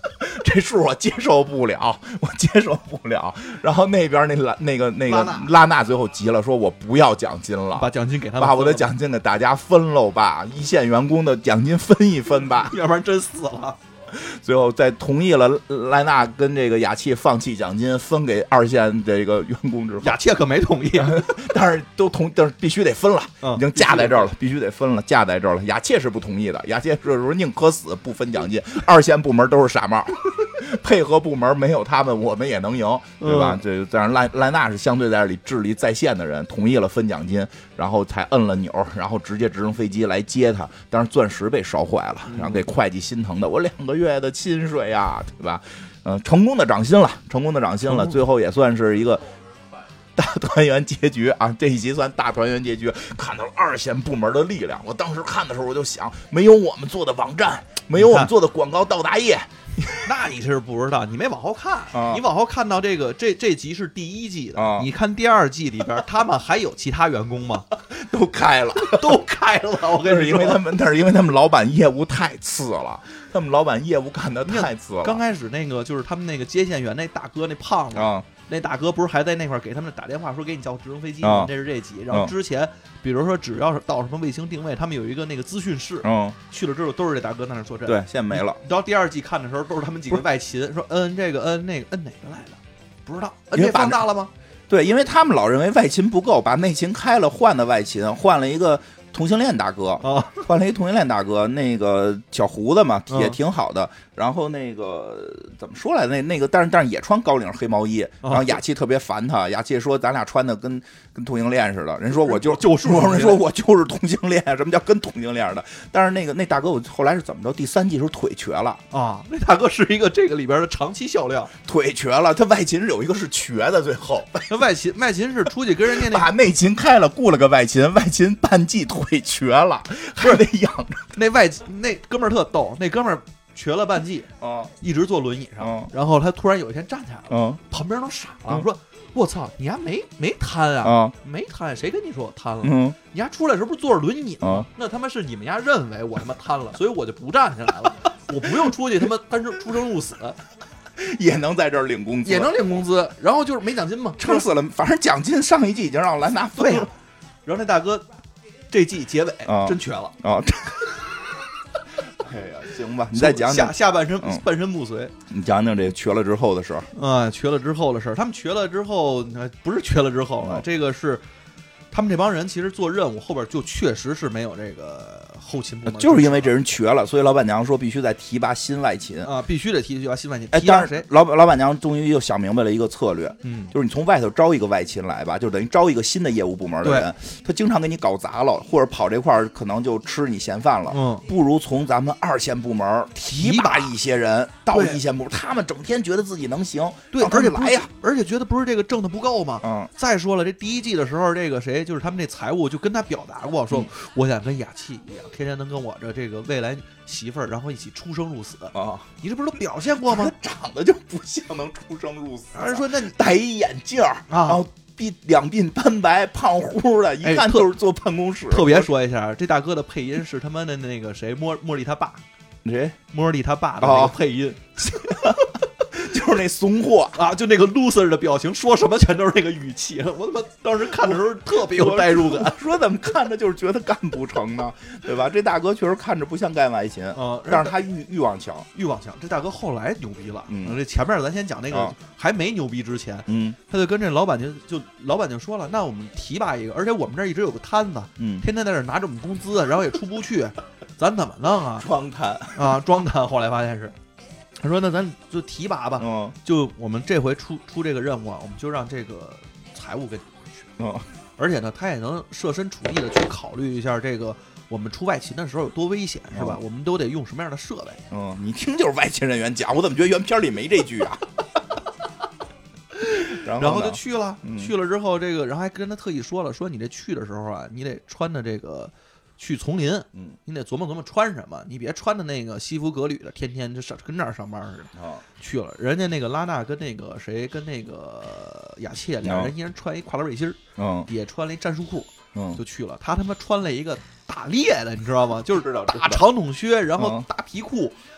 这数我接受不了，我接受不了。然后那边那拉那个那个拉纳拉纳最后急了，说我不要奖金了， 把奖金给他们， 把我的奖金给大家分喽吧，一线员工的奖金分一分吧， 要不然真死了。 最后在同意了莱纳跟这个雅契放弃奖金分给二线这个员工之后， 雅切可没同意， 但是都同，但是必须得分了， 嗯、 已经架在这儿了，必须得分了，架在这儿了。雅切是不同意的，雅切这时候宁可死不分奖金，二线部门都是傻帽，配合部门没有他们我们也能赢，对吧？这当然莱莱纳是相对在这里智力在线的人，同意了分奖金，然后才摁了钮，然后直接直升飞机来接他，但是钻石被烧坏了，然后给会计心疼的，我两个月的薪水呀，对吧？嗯、呃，成功的涨薪了，成功的涨薪了，最后也算是一个大团圆结局啊！这一集算大团圆结局，看到了二线部门的力量。我当时看的时候，我就想，没有我们做的网站，没有我们做的广告到达页， 那你是不知道，你没往后看， 啊、 你往后看到这个这这集是第一季的， 啊、 你看第二季里边，他们还有其他员工吗？ 都开了， 都开了。我跟你说， 因为他们，但是因为他们老板业务太次了，他们老板业务干得太次了。 刚开始那个就是他们那个接线员那大哥那胖子。 啊那大哥不是还在那块给他们打电话说给你叫直升飞机吗？ 啊、 这是这集。然后之前，比如说只要是到什么卫星定位，他们有一个那个资讯室， 嗯， 去了之后都是这大哥在那坐镇。 对，现在没了。 到第二季看的时候，都是他们几个外勤说摁这个摁那个摁哪个来的，不知道。摁这放大了吗？ 对，因为他们老认为外勤不够，把内勤开了，换的外勤，换了一个同性恋大哥， 啊， 换了一同性恋大哥，那个小胡子嘛，也挺好的。 嗯、 然后那个怎么说来，那那个，但是但是也穿高领黑毛衣。然后雅契特别烦他，雅契说咱俩穿的跟跟同性恋似的。人说我就就是人说我就是同性恋，什么叫跟同性恋的？但是那个那大哥我后来是怎么着？第三季时候腿瘸了啊，那大哥是一个这个里边的长期笑料， 腿瘸了。他外勤是有一个是瘸的，最后那外勤外勤是出去跟人家那把内勤开了，雇了个外勤，外勤半季腿瘸了，还得养着。 那外那哥们儿特逗，那哥们儿瘸了半季啊， 一直坐轮椅上， 嗯、 然后他突然有一天站起来了， 嗯， 旁边都傻了， 嗯、 说：“我操，你还没没瘫啊？ 啊没瘫，谁跟你说我瘫了？ 嗯， 你还出来时候不是坐着轮椅吗？ 啊、 那他妈是你们家认为我他妈瘫了，所以我就不站起来了，我不用出去他妈单生出生入死， 也能在这儿领工资， 也能领工资，然后就是没奖金嘛， 撑死了。反正奖金上一季已经让兰纳分了， 然后那大哥这季结尾、 啊、 真瘸了啊。”哎呀，行吧，你再讲讲下下半身、 嗯、 半身不遂。 你讲讲这瘸了之后的事儿啊，瘸了之后的事儿。他们瘸了之后，不是瘸了之后了， 嗯、 这个是他们这帮人其实做任务后边就确实是没有这个后勤部门， 就是因为这人瘸了，所以老板娘说必须再提拔新外勤啊，必须得提拔新外勤。 哎， 但是谁？ 老板老板娘终于又想明白了一个策略， 嗯， 就是你从外头招一个外勤来吧，就等于招一个新的业务部门的人，他经常给你搞砸了，或者跑这块儿可能就吃你闲饭了， 嗯， 不如从咱们二线部门提拔一些人到一线部门，他们整天觉得自己能行， 对， 而且来呀， 而且觉得不是这个挣的不够吗？ 嗯， 再说了，这第一季的时候，这个谁就是他们这财务就跟他表达过，说、嗯、我想跟雅契一样，天天能跟我这这个未来媳妇儿，然后一起出生入死啊！ 你这不是都表现过吗？ 他长得就不像能出生入死。 人说那你戴一眼镜儿啊， 然后鬓两鬓斑白，胖乎的，一看就是坐办公室。 特别说一下，这大哥的配音是他妈的那个谁，莫莫莉他爸， 谁？ 莫莉他爸的那个配音。 哦就是那怂货啊，就那个 loser 的表情，说什么全都是那个语气。我他妈当时看的时候特别有代入感， 说怎么看着就是觉得干不成呢，对吧？这大哥确实看着不像干外勤啊、 呃， 但是他欲欲望强， 欲望强。这大哥后来牛逼了， 嗯， 这前面咱先讲那个、 啊、 还没牛逼之前， 嗯， 他就跟这老板就就老板就说了，那我们提拔一个，而且我们这儿一直有个摊子， 嗯， 天天在这拿着我们工资，然后也出不去，咱怎么弄啊？ 装摊啊，装摊。后来发现是。他说：“那咱就提拔吧， 嗯， 就我们这回出出这个任务啊，我们就让这个财务跟你回去， 嗯， 而且呢，他也能设身处地的去考虑一下这个我们出外勤的时候有多危险，是吧？ 嗯、 我们都得用什么样的设备？ 嗯，你听就是外勤人员讲，我怎么觉得原片里没这句啊？然后然后就去了， 嗯、 去了之后，这个然后还跟他特意说了，说你这去的时候啊，你得穿的这个。”去丛林， 嗯， 你得琢磨琢磨穿什么，你别穿的那个西服革履的，天天就上跟这儿上班似的。 哦， 去了，人家那个拉纳跟那个谁跟那个雅切两人一人穿一跨栏背心， 嗯， 也穿了一战术裤， 嗯， 就去了。他他妈穿了一个打猎的，你知道吗？就是知道大长筒靴，然后大皮裤，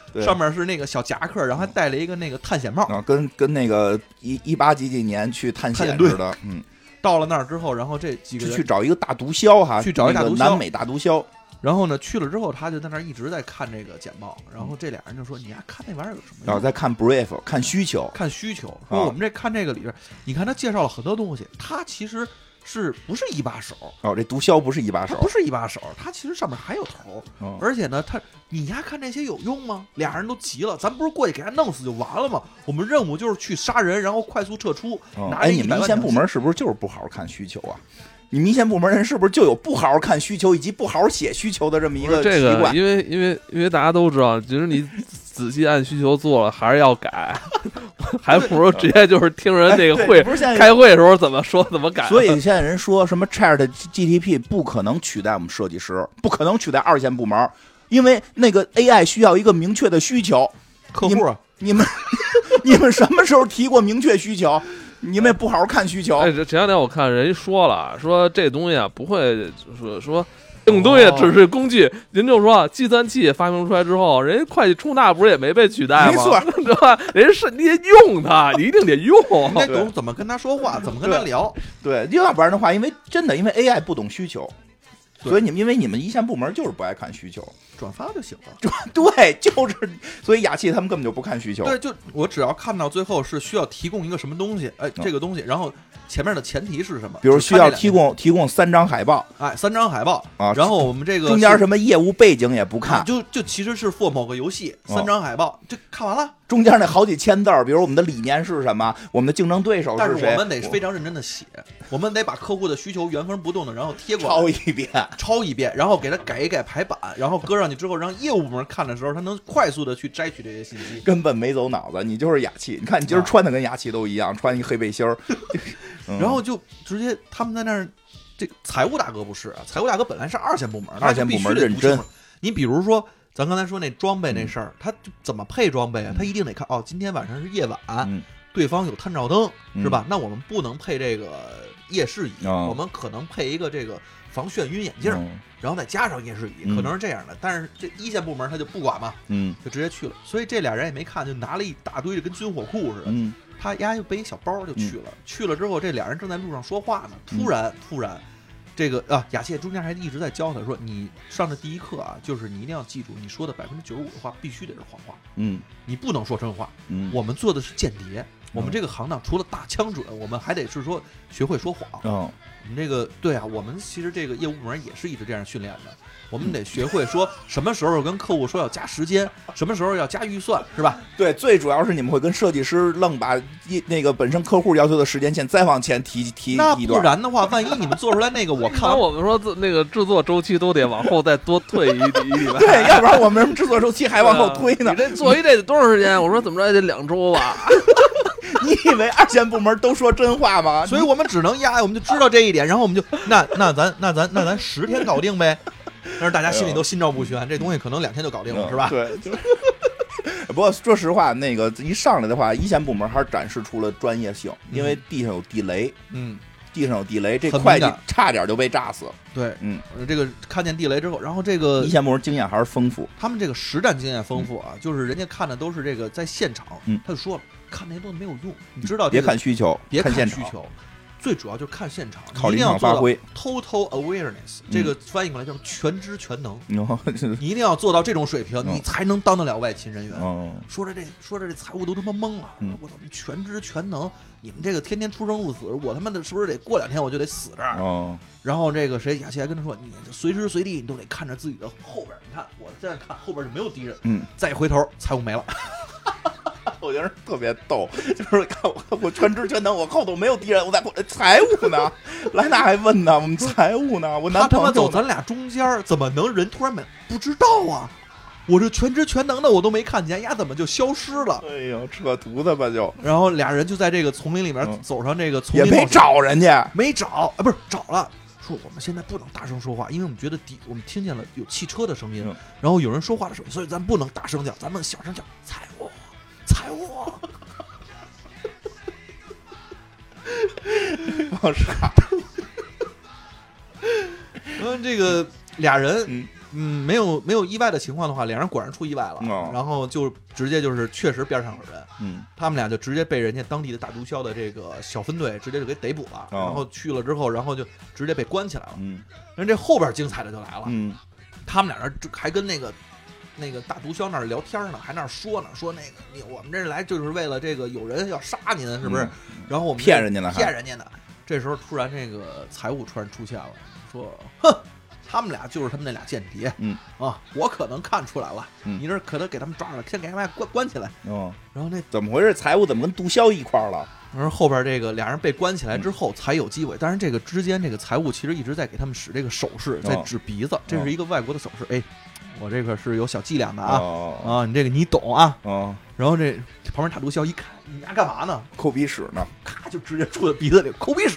上面是那个小夹克，然后还戴了一个那个探险帽， 啊，跟跟那个一一八几几年去探险似的，嗯。 到了那儿之后，然后这几个人去找一个大毒枭哈， 去找一大毒枭， 南美大毒枭。 然后呢，去了之后，他就在那儿一直在看这个简报。然后这俩人就说：“你呀，看那玩意儿有什么用？” 然后再看 brief， 看需求， 看需求。说我们这看这个里边，你看他介绍了很多东西，他其实是不是一把手？ 哦，这毒枭不是一把手， 不是一把手，他其实上面还有头。 哦、 而且呢，他你呀看这些有用吗？俩人都急了，咱不是过去给他弄死就完了吗？我们任务就是去杀人，然后快速撤出。 哦、 拿哎，你们一线部门是不是就是不好好看需求啊？你们一线部门人是不是就有不好好看需求以及不好好写需求的这么一个这个？因为因为因为大家都知道，其实你仔细按需求做了，还是要改，还不如直接就是听人那个会、哎、开会的时候怎么说怎么改。 所以现在人说什么 Chat G T P 不可能取代我们设计师，不可能取代二线部门，因为那个 A I 需要一个明确的需求。 客户， 你们你们什么时候提过明确需求？你们也不好好看需求。 哎，这前两天我看人说了，说这东西啊不会说说这种东西只是工具。人就说计算器发明出来之后，人家会计出纳不是也没被取代吗？ 没错， 对吧？人家是你得用它，你一定得用， 你得懂怎么跟他说话，怎么跟他聊。 对，对，要不然的话，因为真的，因为 A I 不懂需求，所以你们因为你们一线部门就是不爱看需求。 转发就行了， 对，就是，所以雅气他们根本就不看需求。 对，就我只要看到最后是需要提供一个什么东西，哎，这个东西，然后前面的前提是什么？ 比如需要提供提供三张海报， 哎，三张海报啊， 然后我们这个中间什么业务背景也不看， 啊、就就其实是 for 某个游戏，三张海报，这、哦、看完了。 中间那好几千字儿，比如我们的理念是什么，我们的竞争对手是谁， 但是我们得非常认真的写，我们得把客户的需求原封不动的，然后贴过来， 抄一遍， 抄一遍，然后给他改一改排版，然后搁上去之后，让业务部门看的时候，他能快速的去摘取这些信息。 根本没走脑子，你就是雅气。你看你今儿穿的跟雅气都一样，啊、穿一黑背心儿， 嗯、然后就直接他们在那儿，这财务大哥不是啊，财务大哥本来是二线部门， 二线部门认真。 你比如说。咱刚才说那装备那事儿，他怎么配装备啊？他一定得看哦，今天晚上是夜晚， 嗯、 对方有探照灯， 嗯、 是吧？那我们不能配这个夜视仪， 嗯、 我们可能配一个这个防眩晕眼镜， 嗯、 然后再加上夜视仪， 嗯、 可能是这样的。但是这一线部门他就不管嘛， 嗯， 就直接去了。所以这俩人也没看，就拿了一大堆，就跟军火库似的。 嗯， 他丫就背一小包就去了。嗯、去了之后，这俩人正在路上说话呢，突然、嗯、突然。这个啊，雅切中间还一直在教他说：“你上的第一课啊，就是你一定要记住，你说的百分之九十五的话必须得是谎话， 嗯， 你不能说真话。 嗯， 我们做的是间谍，我们这个行当除了打枪准，我们还得是说学会说谎。 嗯， 我们这个对啊，我们其实这个业务部门也是一直这样训练的。我们得学会说什么时候跟客户说要加时间，什么时候要加预算，是吧？ 对，最主要是你们会跟设计师愣把一那个本身客户要求的时间线再往前提提一段。 那不然的话，万一你们做出来那个，我看我们说那个制作周期都得往后再多退一一礼拜。 对，要不然我们制作周期还往后推呢。 你这做一这得多长时间？我说怎么着也得两周吧。 你以为二线部门都说真话吗？ 所以我们只能压，我们就知道这一点，然后我们就那那咱那咱那咱十天搞定呗。但是大家心里都心照不宣，这东西可能两天就搞定了， 嗯、 是吧？ 对。不过说实话，那个一上来的话，一线部门还是展示出了专业性，因为地上有地雷， 嗯， 地上有地雷，这会计差点就被炸死。 对， 嗯， 这个看见地雷之后，然后这个一线部门经验还是丰富， 他们这个实战经验丰富啊，嗯、就是人家看的都是这个在现场， 嗯， 他就说了，看那些东西没有用，你知道、这个， 别看需求， 别看需求。最主要就是看现场， 靠临场发挥 ，total awareness，、嗯、这个翻译过来叫全知全能。 哦、 你一定要做到这种水平， 哦、 你才能当得了外勤人员。 哦、 说着这说着这财务都他妈懵了， 嗯、 我操，你全知全能，你们这个天天出生入死，我他妈的是不是得过两天我就得死这儿？ 哦、 然后这个谁雅琪还跟他说，你随时随地你都得看着自己的后边，你看我现在看后边就没有敌人， 嗯， 再回头财务没了。 我觉得特别逗，就是看我我全知全能，我后头没有敌人，我在财务呢，莱纳还问呢，我们财务呢，我男朋友他他妈走咱俩中间，怎么能人突然没不知道啊？我这全知全能的我都没看见，呀，怎么就消失了？ 哎呦，扯犊子吧就！ 然后俩人就在这个丛林里面走上这个丛林， 也没找人家， 没找啊，不是找了。说我们现在不能大声说话，因为我们觉得底我们听见了有汽车的声音， 嗯、 然后有人说话的声音，所以咱不能大声叫，咱们小声叫财务。财务， 好傻。 然后这个俩人嗯，没有没有意外的情况的话，两人果然出意外了， 哦然后就直接就是确实边上有人， 嗯他们俩就直接被人家当地的大毒枭的这个小分队直接就给逮捕了， 哦然后去了之后，然后就直接被关起来了。 嗯人这后边精彩的就来了， 嗯他们俩人还跟那个那个大毒枭那儿聊天呢，还那儿说呢，说那个你我们这来就是为了这个有人要杀您，是不是？ 嗯然后我们骗人家呢还骗人家呢。这时候突然这个财务突然出现了，说哼。他们俩就是他们那俩间谍， 嗯啊，我可能看出来了， 嗯你这可能给他们抓了，先给他们关关起来。 哦， 然后那怎么回事？财务怎么跟毒枭一块儿了？ 然后后边这个俩人被关起来之后才有机会，当然这个之间这个财务其实一直在给他们使这个手势，在指鼻子，这是一个外国的手势。哎，我这个是有小伎俩的啊哦啊，你这个你懂啊。 哦， 然后这旁边大毒枭一看，你丫干嘛呢？ 抠鼻屎呢？ 咔就直接杵在鼻子里，抠鼻屎。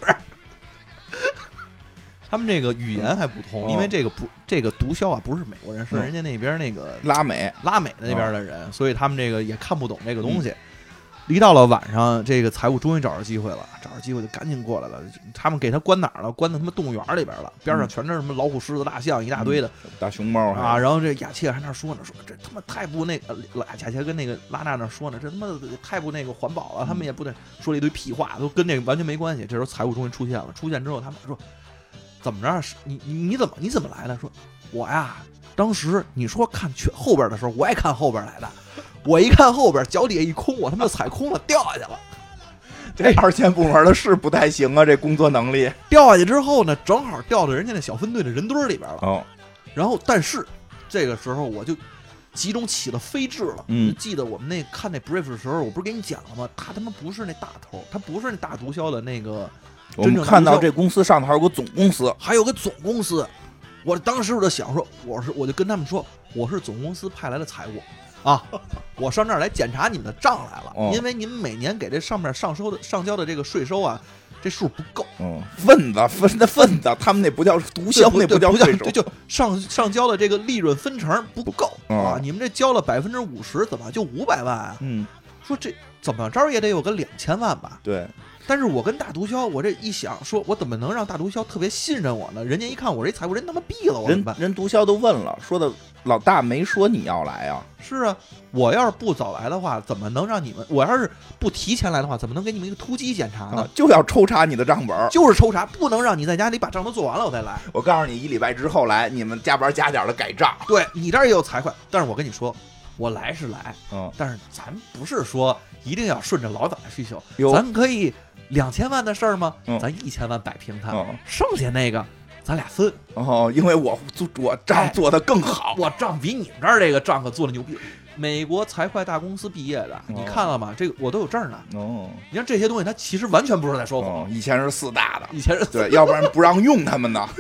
他们这个语言还不通， 哦因为这个不这个毒枭啊不是美国人，是嗯人家那边那个拉美。 拉美的那边的人，所以他们这个也看不懂这个东西。一到了晚上，这个财务终于找着机会了，找着机会就赶紧过来了。他们给他关哪儿了？关到他们动物园里边了，边上全是什么老虎、狮子、大象一大堆的大熊猫还啊。然后这雅切还那说呢，说这他妈太不那个，雅切跟那个拉娜那说呢，这他妈太不那个环保了，他们也不得说了一堆屁话，都跟这个完全没关系。这时候财务终于出现了，出现之后他们说怎么着？你你你怎么你怎么来的？说我呀，当时你说看全后边的时候，我也看后边来的。我一看后边，脚底下一空，我他妈就踩空了，掉下去了。 这二线部门的是不太行啊，这工作能力。 掉下去之后呢，正好掉到人家那小分队的人堆里边了。 哦， 然后，但是这个时候我就集中起了飞智了。 嗯， 记得我们那看那 brief 的时候，我不是给你讲了吗？他他妈不是那大头，他不是那大毒枭的那个。 我们看到这公司上头还有个总公司， 还有个总公司。我当时我就想说，我是我就跟他们说，我是总公司派来的财务。啊，我上这儿来检查你们的账来了， 哦、 因为你们每年给这上面上收的上交的这个税收啊，这数不够。 嗯，份子分的份子，他们那不叫毒枭，那不叫税收， 这就上上交的这个利润分成不够、 嗯、 啊！你们这交了百分之五十，怎么就五百万啊？ 嗯， 说这怎么着也得有个两千万吧？ 对。 但是我跟大毒枭，我这一想，说我怎么能让大毒枭特别信任我呢？人家一看我这财务，人他妈毙了我怎么办？ 人人毒枭都问了，说的老大没说你要来啊。 是啊，我要是不早来的话，怎么能让你们？我要是不提前来的话，怎么能给你们一个突击检查呢？ 啊、就要抽查你的账本， 就是抽查，不能让你在家里把账都做完了我再来。 我告诉你，一礼拜之后来，你们加班加点的改账。 对你这儿也有财会，但是我跟你说，我来是来， 嗯， 但是咱不是说一定要顺着老板的需求，咱可以。两千万的事儿吗？ 嗯、 咱一千万摆平它， 嗯、 剩下那个咱俩分。 哦，因为我我账做的更好， 哎、我账比你们这儿这个账可做的牛逼。美国财会大公司毕业的， 哦、 你看了吗？这个我都有证呢。 哦， 你看这些东西，它其实完全不是在说谎。 哦、以前是四大的， 以前是对，要不然不让用他们呢。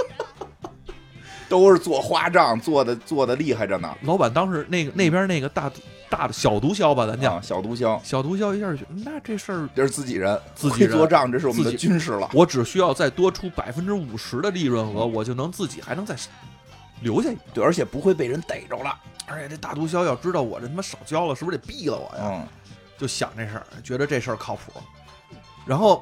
都是做花账，做的做的厉害着呢。 老板当时那个那边那个大大的小毒枭吧，咱叫、 啊、小毒枭， 小毒枭一下就觉得那这事儿这是自己人， 自己人做账，这是我们的军事了。 我只需要再多出百分之五十的利润额，我就能自己还能再留下一对，而且不会被人逮着了。 而且这大毒枭要知道我这他妈少交了，是不是得毙了我呀？ 嗯， 就想这事儿，觉得这事儿靠谱。然后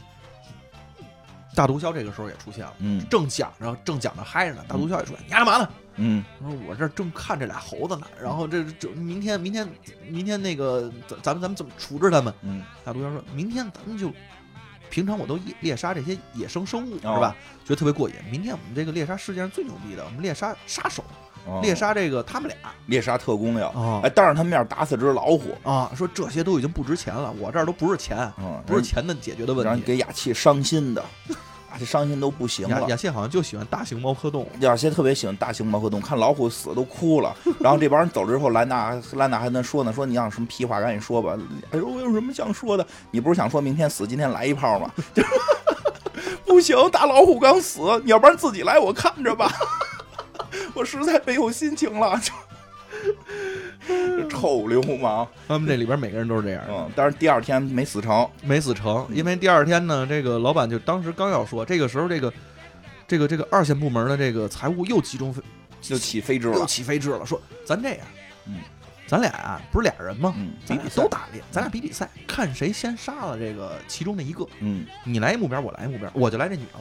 大毒枭这个时候也出现了， 嗯， 正讲着正讲着嗨着呢，大毒枭也说：“你干嘛呢？” 嗯， 说我这正看这俩猴子呢，然后这这明天明天明天那个咱咱们咱们怎么处置他们？ 嗯， 大毒枭说明天咱们就平常我都猎猎杀这些野生生物、 哦、 是吧？觉得特别过瘾。明天我们这个猎杀世界上最牛逼的，我们猎杀杀手， 哦、 猎杀这个他们俩， 猎杀特工要， 哦、 哎，当着他们面打死只老虎啊！说这些都已经不值钱了，我这儿都不是钱， 嗯、 不是钱的解决的问题， 让你给雅气伤心的。这伤心都不行了。 雅雅谢好像就喜欢大型猫科动物， 雅谢特别喜欢大型猫科动物，看老虎死都哭了。然后这帮人走了之后，兰娜兰娜还能说呢，说你想什么屁话赶紧说吧。哎呦，我有什么想说的？你不是想说明天死，今天来一炮吗？不行，大老虎刚死，你要不然自己来，我看着吧。我实在没有心情了。这臭流氓！ 他们这里边每个人都是这样。 嗯，但是第二天没死成， 没死成，因为第二天呢，这个老板就当时刚要说，这个时候这个这个这个二线部门的这个财务又集中就起飞智了， 又起飞智了，说咱这样， 嗯， 咱俩啊不是俩人吗？ 嗯， 咱俩都打猎，咱俩比比赛，看谁先杀了这个其中的一个。 嗯， 你来一目标，我来一目标，我就来这女的了。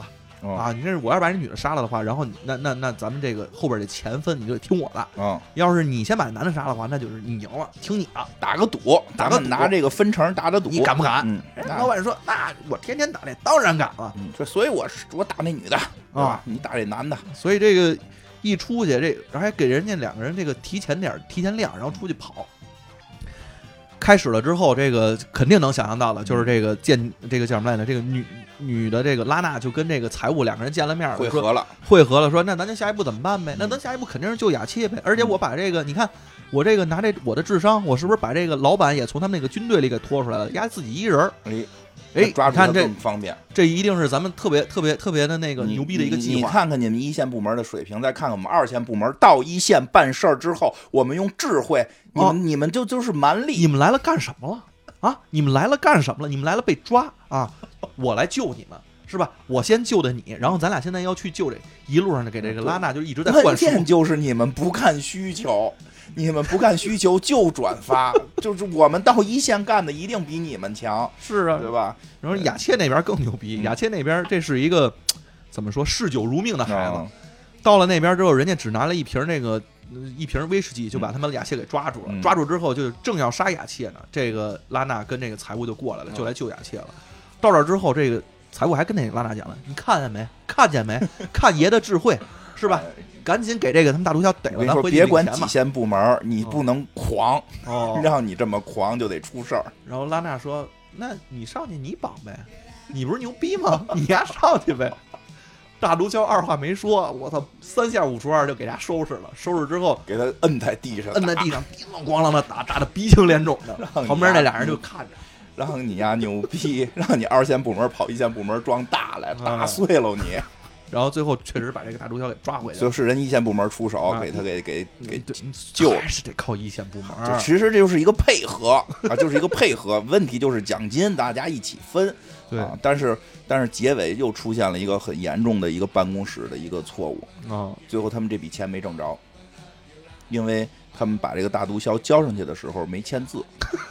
哦啊！你这是我要把这女的杀了的话，然后你那那那咱们这个后边这钱分你就得听我的。 嗯， 要是你先把男的杀了的话，那就是你赢了，听你的， 打个赌， 打个赌咱们拿这个分成打打赌， 你敢不敢？ 嗯， 哎那老板说，那我天天打猎，当然敢了。 嗯，这所以我是我打那女的，对吧？你打这男的， 所以这个一出去，这还给人家两个人这个提前点提前亮，然后出去跑。开始了之后，这个肯定能想象到了，就是这个见这个叫什么来着？这个女女的这个拉娜就跟这个财务两个人见了面了， 汇合了， 汇合了，说那咱就下一步怎么办呗？那咱下一步肯定是救雅切呗。而且我把这个，你看我这个拿这我的智商，我是不是把这个老板也从他们那个军队里给拖出来了？压自己一人儿， 哎哎， 抓住他你看这更方便。 这一定是咱们特别特别特别的那个牛逼的一个计划。 你看看你们一线部门的水平，再看看我们二线部门，到一线办事儿之后，我们用智慧，你们、 哦、 你们就就是蛮力。 你们来了干什么了啊？你们来了干什么了？你们来了被抓啊！我来救你们。是吧？我先救的你，然后咱俩现在要去救这一路上的给这个拉娜就一直在灌输， 关键就是你们不看需求，你们不看需求就转发，就是我们到一线干的一定比你们强， 是啊， 对吧？ 然后雅切那边更牛逼，雅切那边这是一个怎么说嗜酒如命的孩子， 嗯、 到了那边之后，人家只拿了一瓶那个一瓶威士忌就把他们雅切给抓住了， 嗯、 抓住之后就正要杀雅切呢，这个拉娜跟这个财务就过来了，就来救雅切了。到这儿之后，这个。财务还跟那拉娜讲了，你看见没？看见没？看爷的智慧，是吧？赶紧给这个他们大毒枭逮了，咱回去别管几线部门，你不能狂， 哦， 让你这么狂就得出事儿。 然后拉娜说：“那你上去你绑呗，你不是牛逼吗？你丫上去呗。”大毒枭二话没说，我操，三下五除二就给他收拾了。收拾之后， 给他摁在地上， 摁在地上，叮咣咣啷的打，打的鼻青脸肿的。旁边那俩人就看着。 让你呀牛逼，让你二线部门跑一线部门装大来，打碎了你。 然后最后确实把这个大毒枭给抓回去了， 就是人一线部门出手，给他给给给救，还是得靠一线部门。 其实这就是一个配合啊，就是一个配合。问题就是奖金大家一起分， 对。 但是但是结尾又出现了一个很严重的一个办公室的一个错误啊， 最后他们这笔钱没挣着，因为他们把这个大毒枭交上去的时候没签字。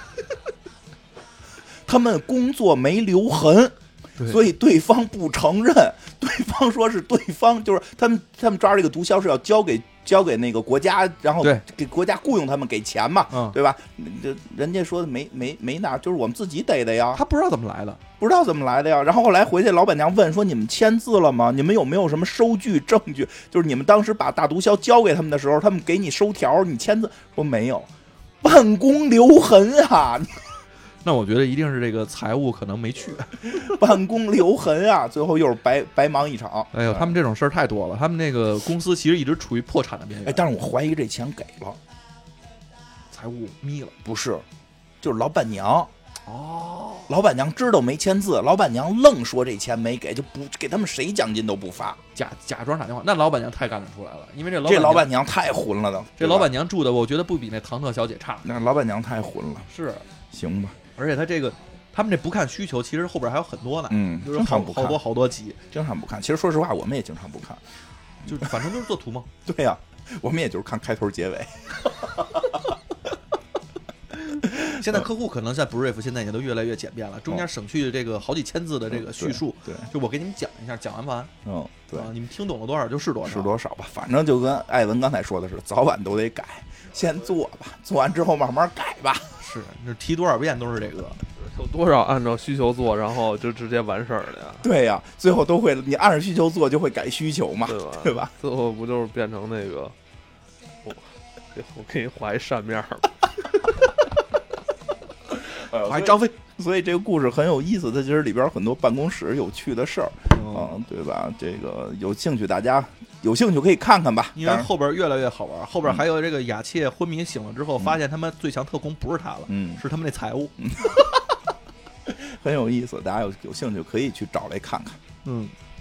他们工作没留痕，所以对方不承认。对方说是对方，就是他们，他们抓这个毒枭是要交给交给那个国家，然后给国家雇佣他们给钱嘛， 嗯、 对吧？这人家说的没没没拿，就是我们自己逮的呀。 他不知道怎么来的， 不知道怎么来的呀。然后后来回去，老板娘问说：“你们签字了吗？你们有没有什么收据证据？就是你们当时把大毒枭交给他们的时候，他们给你收条，你签字？说没有，办公留痕啊。” 那我觉得一定是这个财务可能没去， 办公留痕啊，最后又是白白忙一场。 哎呦，他们这种事儿太多了，他们那个公司其实一直处于破产的边缘。 哎，但是我怀疑这钱给了， 财务眯了， 不是，就是老板娘。 哦， 老板娘知道没签字，老板娘愣说这钱没给，就不给他们谁奖金都不发， 假假装打电话。那老板娘太干得出来了，因为这老这老板娘太混了的。 这老板娘住的，我觉得不比那唐特小姐差。 那老板娘太混了， 是行吧？ 而且他这个，他们这不看需求，其实后边还有很多呢。 嗯， 就是经常不看， 好多好多集， 经常不看。其实说实话，我们也经常不看， 就反正就是做图嘛。 对呀、啊，我们也就是看开头结尾。 现在客户可能在 Brief 现在也都越来越简便了，中间省去这个好几千字的这个叙述。 对， 就我给你们讲一下，讲完完。 嗯，对、 啊，你们听懂了多少就是多少， 是多少吧。反正就跟艾文刚才说的是，早晚都得改，先做吧，做完之后慢慢改吧。 是，那提多少遍都是这个， 有多少按照需求做，然后就直接完事儿了呀？ 对呀、啊，最后都会，你按照需求做就会改需求嘛， 对吧？ 对吧？ 最后不就是变成那个，我我给你画一扇面儿。 还张飞， 所以这个故事很有意思，它其实里边很多办公室有趣的事儿， 嗯、 嗯，对吧？这个有兴趣大家有兴趣可以看看吧， 因为后边越来越好玩，后边还有这个雅切昏迷醒了之后，嗯、发现他们最强特工不是他了， 嗯， 是他们那财务， 嗯、很有意思，大家有有兴趣可以去找来看看， 嗯。